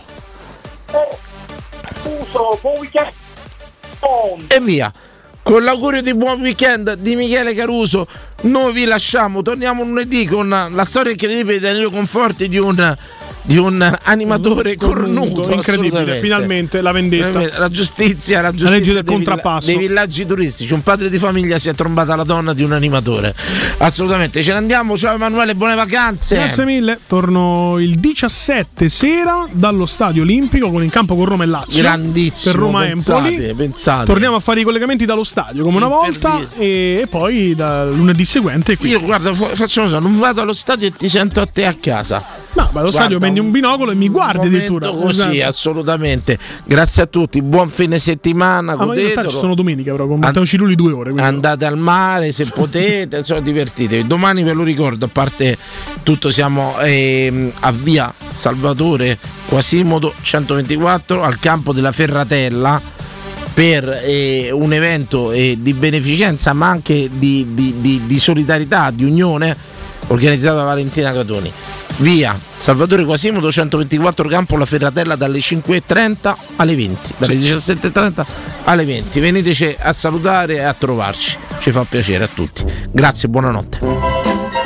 E via, con l'augurio di buon weekend di Michele Caruso noi vi lasciamo, torniamo lunedì con la storia incredibile di Danilo Conforti di un di un animatore cornuto. Incredibile, finalmente la vendetta. La giustizia la legge del contrappasso dei villaggi turistici. Un padre di famiglia si è trombata la donna di un animatore. Assolutamente, ce ne andiamo. Ciao Emanuele, buone vacanze. Grazie mille. Torno il 17 sera dallo Stadio Olimpico con in campo con Roma e Lazio. Grandissimo. Per Roma Empoli. Pensate. Torniamo a fare i collegamenti dallo stadio come una volta e poi dal lunedì seguente qui. Io guarda, facciamo così, non vado allo stadio e ti sento a te a casa. No, ma allo stadio prendi un binocolo e mi guardi addirittura. Così, assolutamente. Grazie a tutti, buon fine settimana. Ma in realtà ci sono domenica però con Matteo Cirulli 2 ore. Andate al mare se potete, insomma, divertitevi. Domani ve lo ricordo, a parte tutto siamo a via Salvatore Quasimodo 124 al campo della Ferratella per un evento di beneficenza ma anche di solidarietà, di unione organizzato da Valentina Catoni. Via Salvatore Quasimodo 124 campo La Ferratella dalle 5.30 alle 20, dalle 17.30 alle 20. Veniteci a salutare e a trovarci, ci fa piacere a tutti. Grazie, buonanotte.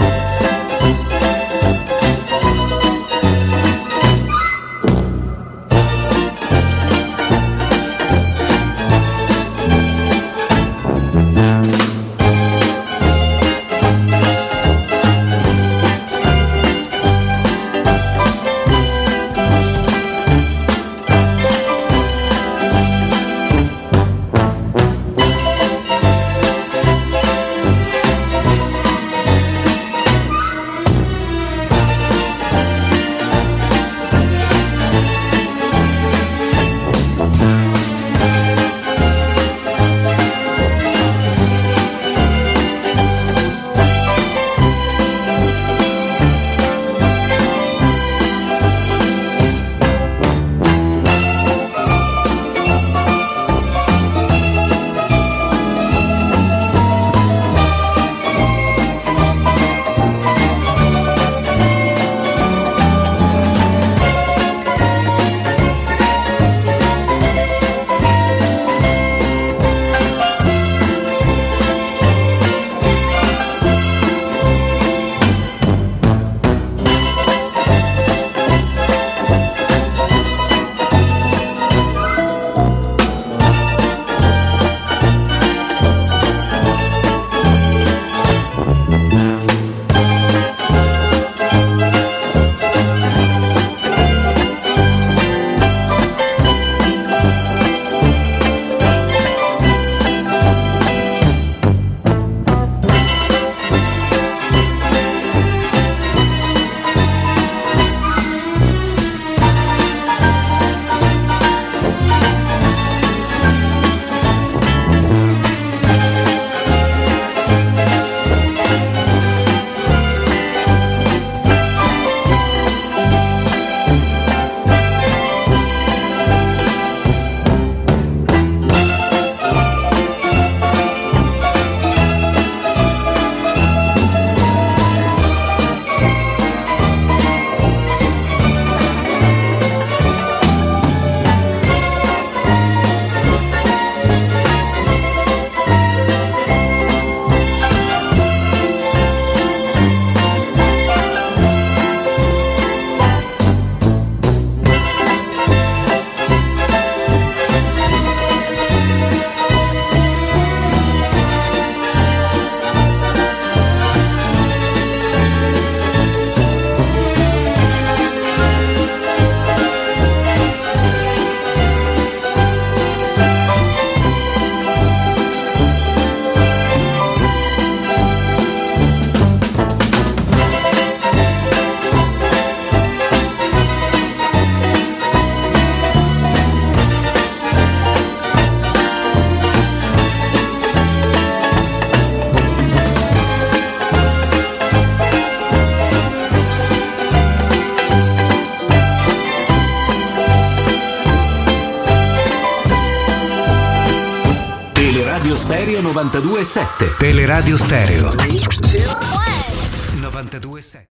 Stereo 92.7. Teleradio Stereo 92.7.